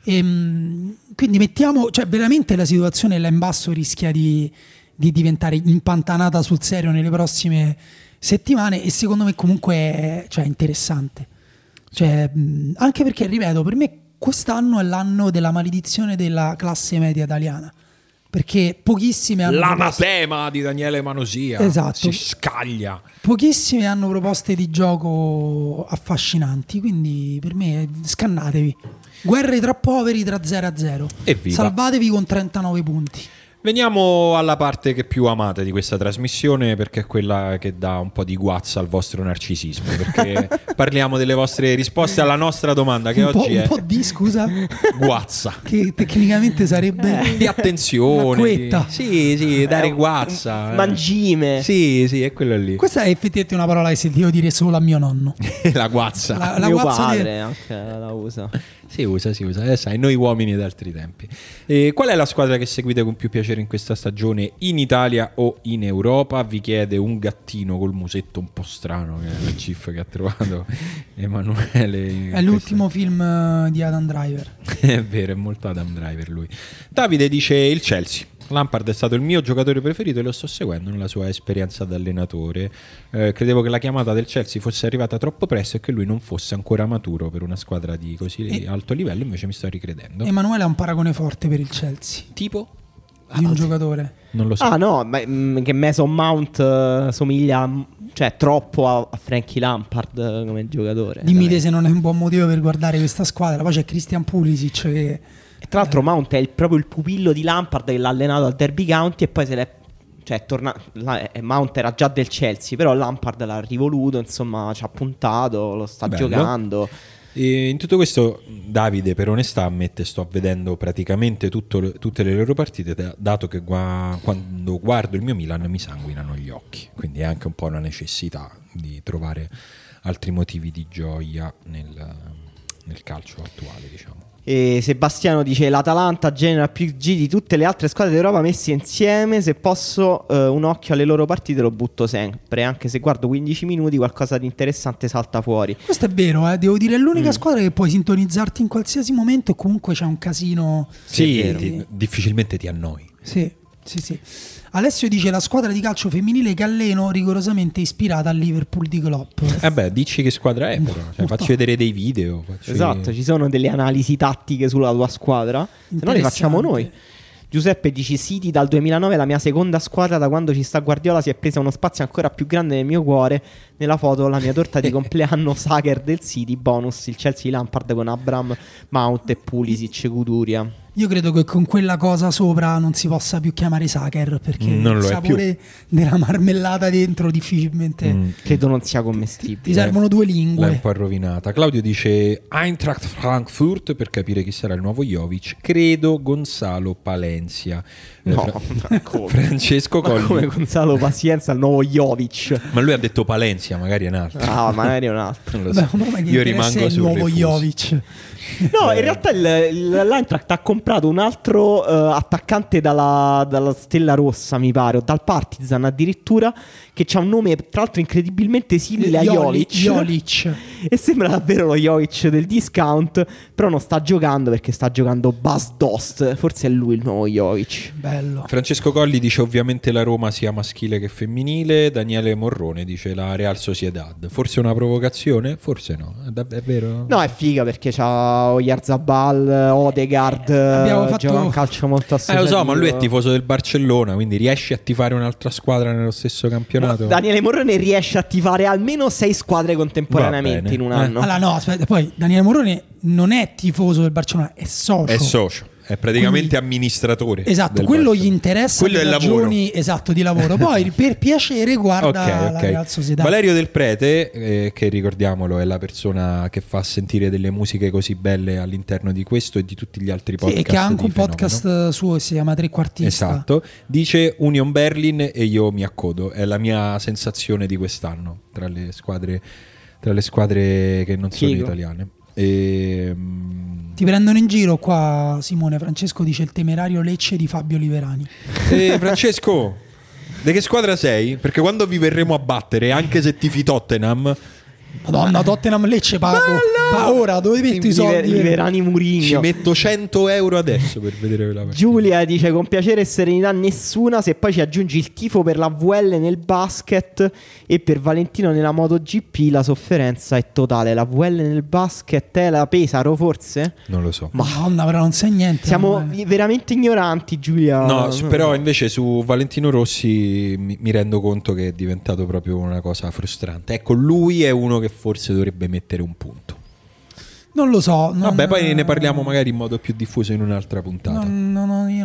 Ehm, quindi mettiamo, cioè veramente la situazione là in basso rischia di, di diventare impantanata sul serio nelle prossime settimane e secondo me comunque è, cioè, interessante. Cioè, mh, anche perché, ripeto, per me quest'anno è l'anno della maledizione della classe media italiana. Perché pochissime hanno proposte, L'anatema di Daniele Manosia. Esatto. Si scaglia. pochissime hanno proposte di gioco affascinanti, quindi per me scannatevi. Guerre tra poveri tra zero a zero. Evviva. Salvatevi con trentanove punti. Veniamo alla parte che più amate di questa trasmissione, perché è quella che dà un po' di guazza al vostro narcisismo, perché parliamo delle vostre risposte alla nostra domanda, che un oggi po', è un po' di scusa guazza, che tecnicamente sarebbe eh, di attenzione, di... sì sì, dare guazza, eh. Mangime, sì sì, è quello lì. Questa è effettivamente una parola che sentivo dire solo a mio nonno. La guazza, la, la mio guazza padre di... anche la usa. Si usa, si usa, eh, sai, noi uomini d'altri tempi. E qual è la squadra che seguite con più piacere in questa stagione, in Italia o in Europa? Vi chiede un gattino col musetto un po' strano, che è il gif che ha trovato Emanuele. È l'ultimo questa... film di Adam Driver. È vero, è molto Adam Driver lui. Davide dice il Chelsea. Lampard è stato il mio giocatore preferito e lo sto seguendo nella sua esperienza da allenatore. Eh, credevo che la chiamata del Chelsea fosse arrivata troppo presto e che lui non fosse ancora maturo per una squadra di così e... alto livello, invece mi sto ricredendo. Emanuele ha un paragone forte per il Chelsea. Tipo? Di ah, un giocatore. Non lo so. Ah no, ma, mh, che Mason Mount uh, somiglia, cioè, troppo a, a Frankie Lampard uh, come giocatore. Dimmi te se non è un buon motivo per guardare questa squadra. Poi c'è Christian Pulisic che... E tra l'altro Mount è il, proprio il pupillo di Lampard che l'ha allenato al Derby County e poi se l'è, cioè, è tornato. Mount era già del Chelsea, però Lampard l'ha rivoluto, insomma, ci ha puntato, lo sta Bello. giocando. E in tutto questo Davide, per onestà, ammette: sto vedendo praticamente tutto, tutte le loro partite, dato che gua- quando guardo il mio Milan mi sanguinano gli occhi, quindi è anche un po' una necessità di trovare altri motivi di gioia nel, nel calcio attuale, diciamo. E Sebastiano dice: l'Atalanta genera più G di tutte le altre squadre d'Europa messe insieme. Se posso eh, un occhio alle loro partite lo butto sempre, anche se guardo quindici minuti qualcosa di interessante salta fuori. Questo è vero, eh? Devo dire, è l'unica mm. squadra che puoi sintonizzarti in qualsiasi momento e comunque c'è un casino. Sì, ti, difficilmente ti annoi. Sì, sì, sì. Alessio dice: la squadra di calcio femminile che alleno rigorosamente ispirata al Liverpool di Klopp. Eh beh, dici che squadra è, però. Cioè, facci vedere dei video. Esatto, vedere... ci sono delle analisi tattiche sulla tua squadra, se no le facciamo noi. Giuseppe dice: City dal duemilanove è la mia seconda squadra, da quando ci sta Guardiola si è presa uno spazio ancora più grande nel mio cuore. Nella foto la mia torta di compleanno Sacher del City, bonus il Chelsea di Lampard con Abraham, Mount e Pulisic, Guduria. Io credo che con quella cosa sopra non si possa più chiamare Sacher, perché non il sapore della marmellata dentro difficilmente mm. credo non sia commestibile. Ti servono due lingue. L'hai un po' rovinata. Claudio dice Eintracht Frankfurt per capire chi sarà il nuovo Jovic. Credo Gonzalo Palencia. No, eh, Fra- Francesco Colli. Ma come Gonzalo Pazienza il nuovo Jovic? Ma lui ha detto Palencia, magari è un altro. Ah, magari è un altro. Non lo so. Beh, io rimango sul nuovo refuso. Jovic. No, in realtà il, il, l'Eintracht ha comprato un altro uh, attaccante dalla, dalla Stella Rossa, mi pare, o dal Partizan addirittura, che ha un nome tra l'altro incredibilmente simile a Jovic. Jovic. E sembra davvero lo Jovic del discount, però non sta giocando perché sta giocando Bas Dost. Forse è lui il nuovo Jovic. Bello. Francesco Colli dice ovviamente la Roma sia maschile che femminile. Daniele Morrone dice la Real Sociedad. Forse una provocazione? Forse no. È, dav- è vero? No, è figa perché c'ha Oyarzabal, Odegaard, abbiamo fatto... gioca un calcio molto associativo. Eh lo so, ma lui è tifoso del Barcellona, quindi riesce a tifare un'altra squadra nello stesso campionato? No, Daniele Morrone riesce a tifare almeno sei squadre contemporaneamente in un anno. Eh. Allora no, aspetta, poi Daniele Morrone non è tifoso del Barcellona, è socio. È socio. È praticamente Quindi, amministratore. Esatto, quello Barcellona. Gli interessa quello per è ragioni esatto, di lavoro. Poi per piacere guarda okay, la okay. Real Sociedad. Valerio Del Prete, eh, che ricordiamolo è la persona che fa sentire delle musiche così belle all'interno di questo e di tutti gli altri podcast. Sì, e che ha anche un Fenomeno. podcast suo che si chiama Trequartista. Esatto, dice Union Berlin e io mi accodo. È la mia sensazione di quest'anno tra le squadre, tra le squadre che non sono Figo. italiane. E, Ti prendono in giro qua, Simone. Francesco dice il temerario Lecce di Fabio Liverani. e Francesco, di che squadra sei? Perché quando vi verremo a battere, anche se tifi Tottenham, Madonna, Tottenham Lecce pago. Pa ora dove metto i soldi? Liverani Murigno. ci metto cento euro adesso per vedere la partita. Giulia dice con piacere e serenità nessuna, se poi ci aggiungi il tifo per la V L nel basket e per Valentino nella MotoGP la sofferenza è totale. La V L nel basket è la Pesaro forse? Non lo so. Madonna, però non sai niente. Siamo no, eh. veramente ignoranti, Giulia. No, però invece su Valentino Rossi mi, mi rendo conto che è diventato proprio una cosa frustrante. Ecco, lui è uno che forse dovrebbe mettere un punto. Non lo so. Non, Vabbè, poi ne parliamo magari in modo più diffuso in un'altra puntata. Non, non, io non ho mai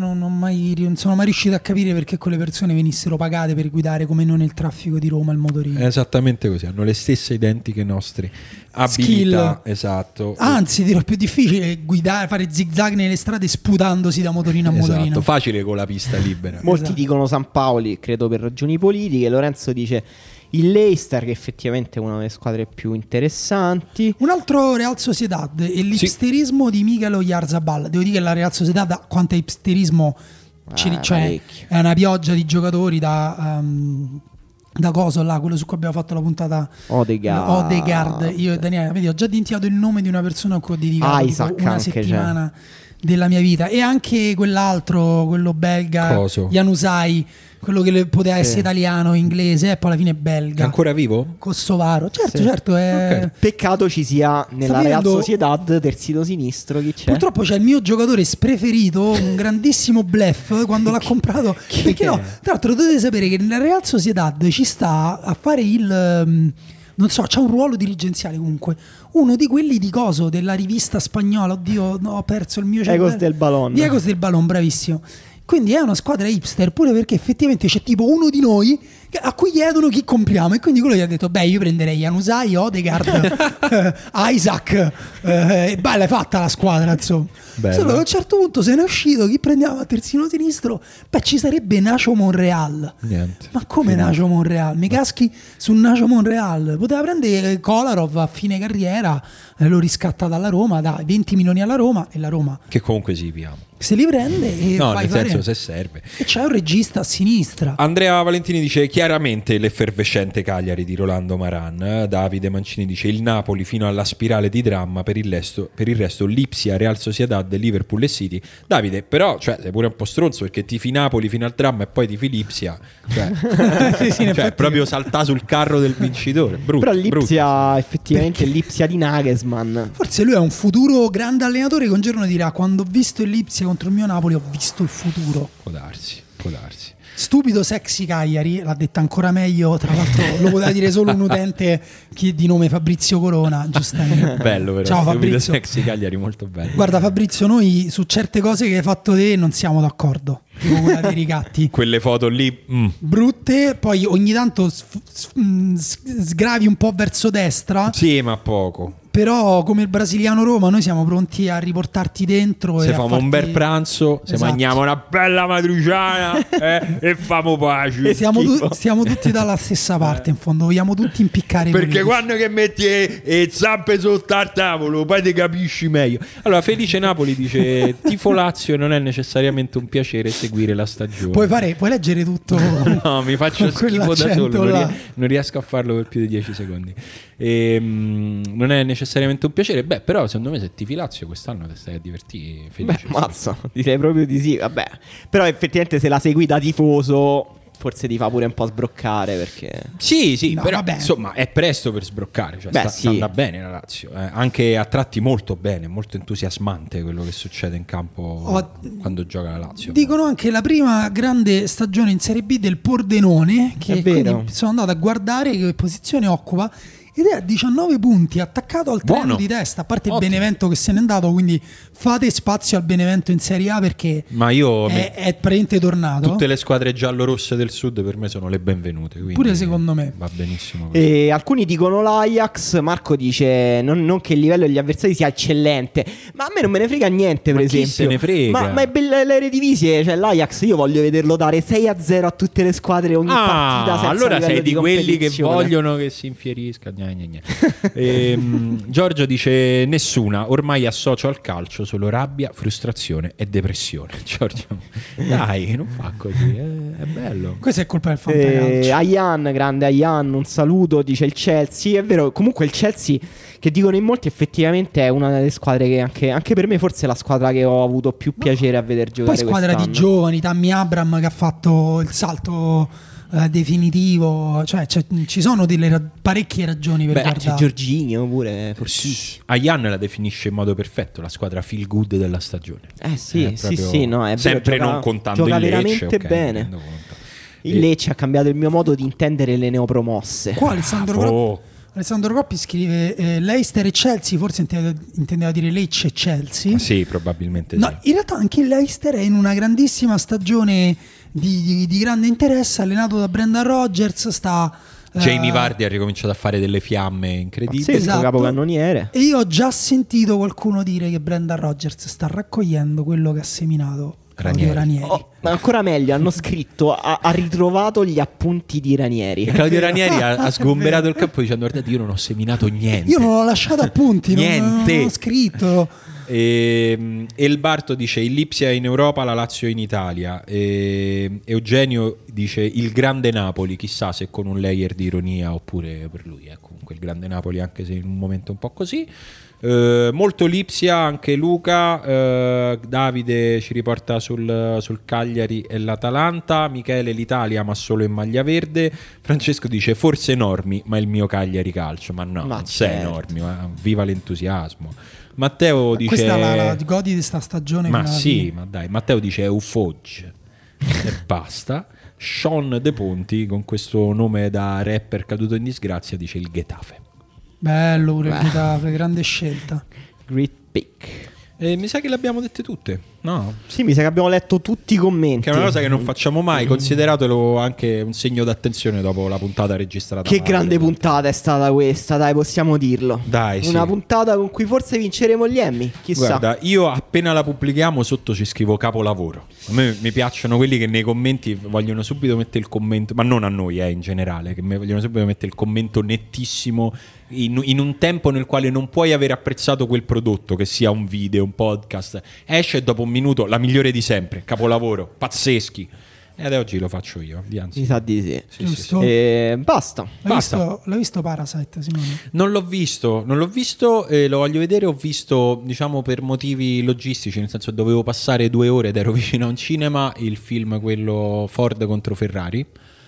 mai, non sono mai riuscito a capire perché quelle persone venissero pagate per guidare come noi nel traffico di Roma il motorino. È esattamente così, hanno le stesse identiche nostre abilità. Skill. Esatto. Anzi, dirò più difficile guidare, fare zigzag nelle strade sputandosi da motorino a motorino. Esatto, facile con la pista libera. Molti Esatto. dicono San Paoli, credo per ragioni politiche. Lorenzo dice il Leicester, che effettivamente è una delle squadre più interessanti. Un altro Real Sociedad è l'ipsterismo sì. di Mikel Oyarzabal. Devo dire che la Real Sociedad, quanto a ipsterismo, ah, ci, cioè, parecchio. È una pioggia di giocatori da... Um, da coso là, quello su cui abbiamo fatto la puntata Odegaard. Odegaard. Io e Daniele, vedi, ho già dimenticato il nome di una persona a cui ho dedicato Isaac, tipo una anche, settimana cioè. della mia vita. E anche quell'altro, quello belga, Coso. Januzaj, quello che poteva sì. essere italiano, inglese e poi alla fine è belga. È ancora vivo? Kosovaro. Certo, sì. certo è... Okay. Peccato ci sia nella Real vedendo... Sociedad terzino sinistro. Chi c'è? Purtroppo c'è il mio giocatore preferito, un grandissimo bluff quando l'ha comprato. Perché no, tra l'altro dovete sapere che nella Real Sociedad ci sta a fare il... Um, non so, c'ha un ruolo dirigenziale comunque. Uno di quelli di coso, della rivista spagnola. Oddio, no, ho perso il mio cervello. Egos del Ballon. Di Egos del Ballon, bravissimo. Quindi è una squadra hipster, pure perché effettivamente c'è tipo uno di noi a cui chiedono chi compriamo, e quindi quello gli ha detto beh, io prenderei Januzaj, Odegaard, eh, Isaac, eh, e bella è fatta la squadra, insomma. Bello. Solo che a un certo punto se ne è uscito chi prendiamo a terzino sinistro, beh, ci sarebbe Nacho Monreal. Niente. Ma come Nacho Monreal? Mi caschi su Nacho Monreal? Poteva prendere Kolarov a fine carriera, eh, lo riscatta dalla Roma, dai venti milioni alla Roma, e la Roma Che comunque si piamo. se li prende e No, fai nel fare... senso, se serve. E c'è un regista a sinistra. Andrea Valentini dice chiaramente l'effervescente Cagliari di Rolando Maran. Davide Mancini dice il Napoli fino alla spirale di dramma, per il resto, per il resto Lipsia, Real Sociedad, Liverpool e City. Davide, però, cioè, sei pure un po' stronzo perché tifi Napoli fino al dramma e poi tifi Lipsia. Cioè, Sì, sì, in cioè effetti- proprio saltà sul carro del vincitore. Brutto, Però brutto. Lipsia, effettivamente, Lipsia di Nagelsmann. Forse lui è un futuro grande allenatore che un giorno dirà quando ho visto il Lipsia contro il mio Napoli ho visto il futuro. Può darsi, può darsi. Stupido sexy Cagliari, l'ha detta ancora meglio, tra l'altro lo poteva dire solo un utente che di nome Fabrizio Corona, giustamente. Bello però. Ciao Stupido Fabrizio. sexy Cagliari, molto bello. Guarda Fabrizio, noi su certe cose che hai fatto te non siamo d'accordo, tipo quella dei ricatti. Quelle foto lì mm. Brutte, poi ogni tanto sf- sf- mh, s- sgravi un po' verso destra, Sì, ma poco. però come il brasiliano Roma noi siamo pronti a riportarti dentro. Se e a famo farti... un bel pranzo, se Esatto. mangiamo una bella matriciana eh, e famo pace. Siamo, tu- stiamo tutti dalla stessa parte, in fondo, vogliamo tutti impiccare i Perché politici. quando che metti le, le zampe sotto al tavolo, poi ti capisci meglio. Allora, Felice Napoli dice: tifo Lazio, non è necessariamente un piacere seguire la stagione. Puoi, fare, puoi leggere tutto. No, mi faccio con schifo da quell'accento solo, non, là. ries- non riesco a farlo per più di dieci secondi. Ehm, non è necessariamente un piacere. Beh, però secondo me se tifi Lazio quest'anno ti stai a divertire, Felice. Beh, mazza, direi proprio di sì. Vabbè, però effettivamente se la segui da tifoso forse ti fa pure un po' sbroccare, perché Sì, sì, No, però vabbè. insomma è presto per sbroccare, cioè, Beh, sta, sì. sta andando bene la Lazio, eh. Anche a tratti molto bene, molto entusiasmante quello che succede in campo Oh, quando gioca la Lazio. Dicono anche la prima grande stagione in Serie B del Pordenone, che È vero. quindi sono andato a guardare che posizione occupa, ed è a diciannove punti, attaccato al treno Buono. di testa, a parte il Ottimo. Benevento che se n'è andato, quindi fate spazio al Benevento in Serie A perché Ma io è, me- è praticamente tornato. tutte le squadre giallo-rosse del sud per me sono le benvenute, quindi Pure secondo me. va benissimo così. E alcuni dicono l'Ajax. Marco dice non, non che il livello degli avversari sia eccellente, ma a me non me ne frega niente, per Ma chi esempio. se ne frega? Ma, ma è bella l'Eredivisie, cioè l'Ajax io voglio vederlo dare sei a zero a tutte le squadre ogni partita Ah, senza allora livello sei di quelli che competizione. vogliono che si infierisca. Gna, gna, gna. Ehm, Giorgio dice nessuna, ormai associo al calcio solo rabbia, frustrazione e depressione. Giorgio, dai, non fa così, è, è bello. Questa è colpa del fantacalcio. Eh, Ayan, grande Ayan, un saluto, dice il Chelsea. È vero, comunque il Chelsea, che dicono in molti, effettivamente è una delle squadre che anche, anche per me forse è la squadra che ho avuto più piacere a vedere giocare Poi squadra quest'anno. di giovani, Tammy Abraham che ha fatto il salto eh, definitivo, cioè c'è- ci sono delle ra- parecchie ragioni per Beh, c'è guardare. Giorginio pure, fortissimo. Ayan la definisce in modo perfetto la squadra feel good della stagione. Eh sì, È sì, proprio- sì, no, è vero, sempre gioca- non contando gioca il Lecce, veramente ok, mi bene. rendo conto. Il E- Lecce ha cambiato il mio modo di intendere le neopromosse. Qua Alessandro Pro- Oh, Alessandro Coppi scrive eh, Leicester e Chelsea, forse intendeva, intendeva dire Lecce e Chelsea. Sì, probabilmente no, sì. In realtà anche il Leicester è in una grandissima stagione di, di, di grande interesse, allenato da Brendan Rodgers, sta... Jamie uh, Vardy ha ricominciato a fare delle fiamme incredibili. Sì, esatto. Capocannoniere. E io ho già sentito qualcuno dire che Brendan Rodgers sta raccogliendo quello che ha seminato Claudio Ranieri. Oh, ma ancora meglio, hanno scritto ha, ha ritrovato gli appunti di Ranieri. E Claudio Ranieri ha, ha sgomberato il campo dicendo guardate, io non ho seminato niente. Io non ho lasciato appunti, niente. Non ho scritto. E, e il Barto dice il Lipsia in Europa, la Lazio in Italia. E Eugenio dice il grande Napoli, chissà se con un layer di ironia oppure per lui è comunque il grande Napoli, anche se in un momento un po' così. Uh, molto Lipsia anche Luca. uh, Davide ci riporta sul, sul Cagliari e l'Atalanta. Michele l'Italia ma solo in maglia verde. Francesco dice forse Normi ma il mio Cagliari calcio. Ma no, ma non certo. sei Normi, ma viva l'entusiasmo. Matteo dice questa è la, la godi di sta stagione, ma sì fine. Ma dai, Matteo dice Eufogge e basta. Sean De Ponti con questo nome da rapper caduto in disgrazia dice il Getafe. Bello pure il Getafe, grande scelta. Great pick. E mi sa che le abbiamo dette tutte, no? Sì, mi sa che abbiamo letto tutti i commenti. Che è una cosa che non facciamo mai, consideratelo anche un segno d'attenzione dopo la puntata registrata. Che grande puntata è stata questa, dai, possiamo dirlo. Dai, una sì. puntata con cui forse vinceremo gli Emmy, chissà. Guarda, io appena la pubblichiamo sotto ci scrivo capolavoro. A me mi piacciono quelli che nei commenti vogliono subito mettere il commento, ma non a noi, eh, in generale, che mi vogliono subito mettere il commento nettissimo in, in un tempo nel quale non puoi aver apprezzato quel prodotto, che sia un video, un podcast. Esce dopo un minuto la migliore di sempre, capolavoro, pazzeschi. E ad oggi lo faccio io, anzi. Mi sa di sì, sì, sì, sì. E basta. L'hai Basta. visto, l'hai visto Parasite, Simone? Non l'ho visto, non l'ho visto e lo voglio vedere. Ho visto, diciamo, per motivi logistici, nel senso dovevo passare due ore ed ero vicino a un cinema, il film quello Ford contro Ferrari.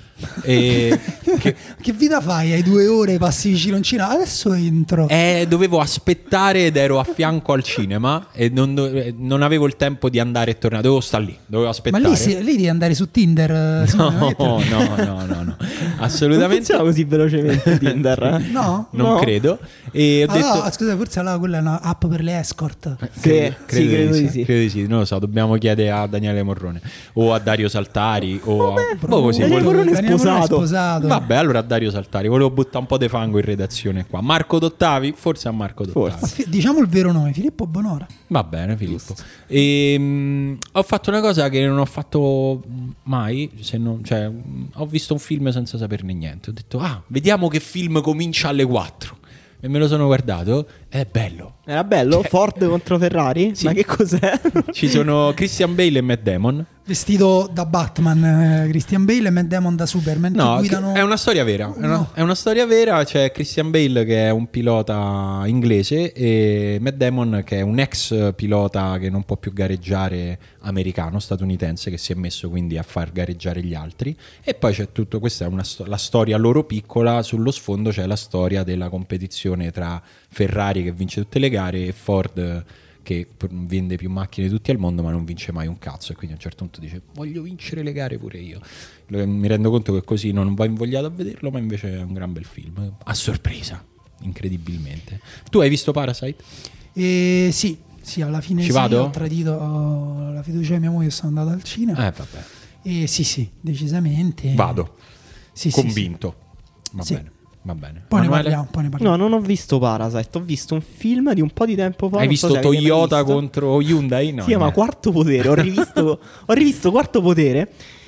E che, che vita fai? Hai due ore, passi vicino a un cinema, adesso entro. Eh, dovevo aspettare ed ero a fianco al cinema e non, do- non avevo il tempo di andare e tornare, dovevo stare lì, dovevo aspettare. Ma lì, si, lì devi andare su Tinder? No, no, no, no, no, no, assolutamente. Non funziona così velocemente Tinder, eh? No? Non No. credo. E ho Allora, detto scusa, forse allora quella è un'app per le escort. Sì, credo, sì, credo di sì. credo di sì, non lo so, dobbiamo chiedere a Daniele Morrone o a Dario Saltari o a boh, così, Daniele volevo- Morrone è Daniele Morrone è sposato. sposato. Vabbè, allora a Dario Saltari, volevo buttare un po' di fango in redazione qua. Marco Dottavi, forse a Marco Dottavi. Ma fi- diciamo il vero nome, Filippo Bonora. Va bene, Filippo. E, mh, ho fatto una cosa che non ho fatto mai. Se non, cioè, mh, ho visto un film senza saperne niente. Ho detto, ah, vediamo che film comincia alle quattro. E me lo sono guardato. È bello. Era bello? Cioè- Ford contro Ferrari? Sì. Ma che cos'è? Ci sono Christian Bale e Matt Damon. Vestito da Batman, eh, Christian Bale e Matt Damon da Superman. No, che guidano... è una storia vera. È una, No. è una storia vera. C'è Christian Bale che è un pilota inglese e Matt Damon che è un ex pilota che non può più gareggiare, americano, statunitense, che si è messo quindi a far gareggiare gli altri. E poi c'è tutto, questa è una sto- la storia loro piccola. Sullo sfondo c'è la storia della competizione tra Ferrari che vince tutte le gare e Ford che vende più macchine di tutti al mondo ma non vince mai un cazzo, e quindi a un certo punto dice voglio vincere le gare pure io. Mi rendo conto che così non va invogliato a vederlo, ma invece è un gran bel film, a sorpresa, incredibilmente. Tu hai visto Parasite? E sì, sì, alla fine Ci sì, vado? ho tradito oh, la fiducia di mia moglie e sono andato al cinema. Eh vabbè, E sì, sì, decisamente. vado, Sì, sì, convinto. Va Sì. bene, va bene. Poi ne Manuele? parliamo, poi ne parliamo. No, non ho visto Parasite, ho visto un film di un po' di tempo fa. Hai non so visto se avete mai Toyota visto. contro Hyundai? No, Si chiama niente. Quarto Potere, ho rivisto, ho rivisto Quarto Potere.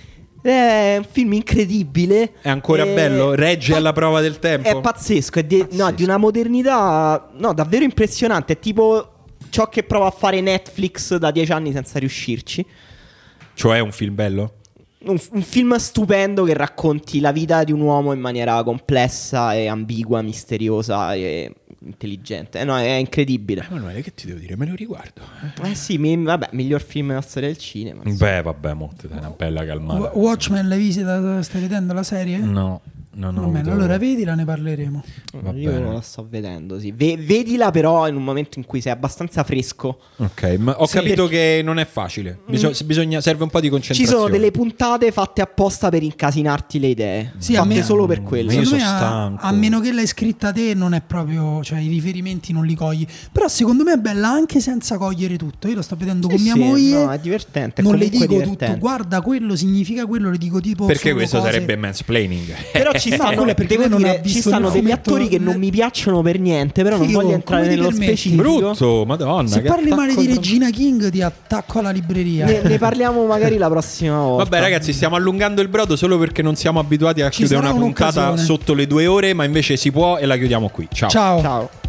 È un film incredibile. È ancora E- bello? Regge alla prova del tempo? È pazzesco, è di, no, Pazzesco. di una modernità no, davvero impressionante. È tipo ciò che prova a fare Netflix da dieci anni senza riuscirci. Cioè è un film bello? Un, un film stupendo che racconti la vita di un uomo in maniera complessa e ambigua, misteriosa e intelligente. Eh, no, è incredibile. Emanuele, che ti devo dire? Me lo riguardo. Eh sì, mi- vabbè, miglior film della storia del cinema. Beh, vabbè, mo, te dai una bella calmata. Wa- Watchmen l'hai vista? Stai vedendo la serie? No, non ho Va bene, avuto... allora vedila, ne parleremo. Va Io bene. la sto vedendo, sì. V- vedila però in un momento in cui sei abbastanza fresco. Ok, ma ho Sì, capito perché- che non è facile. Biso- bisogna, serve un po' di Ci concentrazione. sono delle puntate fatte apposta per incasinarti le idee. Sì, a fatte me- solo per quello. Ma io Secondo sono me, a- stanco. A, meno che l'hai scritta te, non è proprio, cioè i riferimenti non li cogli. Però secondo me è bella anche senza cogliere tutto. Io lo sto vedendo Sì, con mia sì, moglie. no, è divertente, è Non le comunque dico divertente. tutto, guarda quello significa quello, le dico tipo. Perché solo questo cose- sarebbe mansplaining. Però ci stanno, quello è perché devo lei non dire, ha ci visto stanno nel degli fumetto attori che non le- mi piacciono per niente. Però non Io, voglio entrare come ti nello permetti? specifico. Brutto, madonna. Se che parli male attacco di al- Regina King, ti attacco alla libreria. Ne, ne parliamo magari la prossima volta. Vabbè ragazzi, stiamo allungando il brodo solo perché non siamo abituati a Ci chiudere sarà una puntata un'occasione. sotto le due ore, ma invece si può e la chiudiamo qui. Ciao. Ciao. Ciao.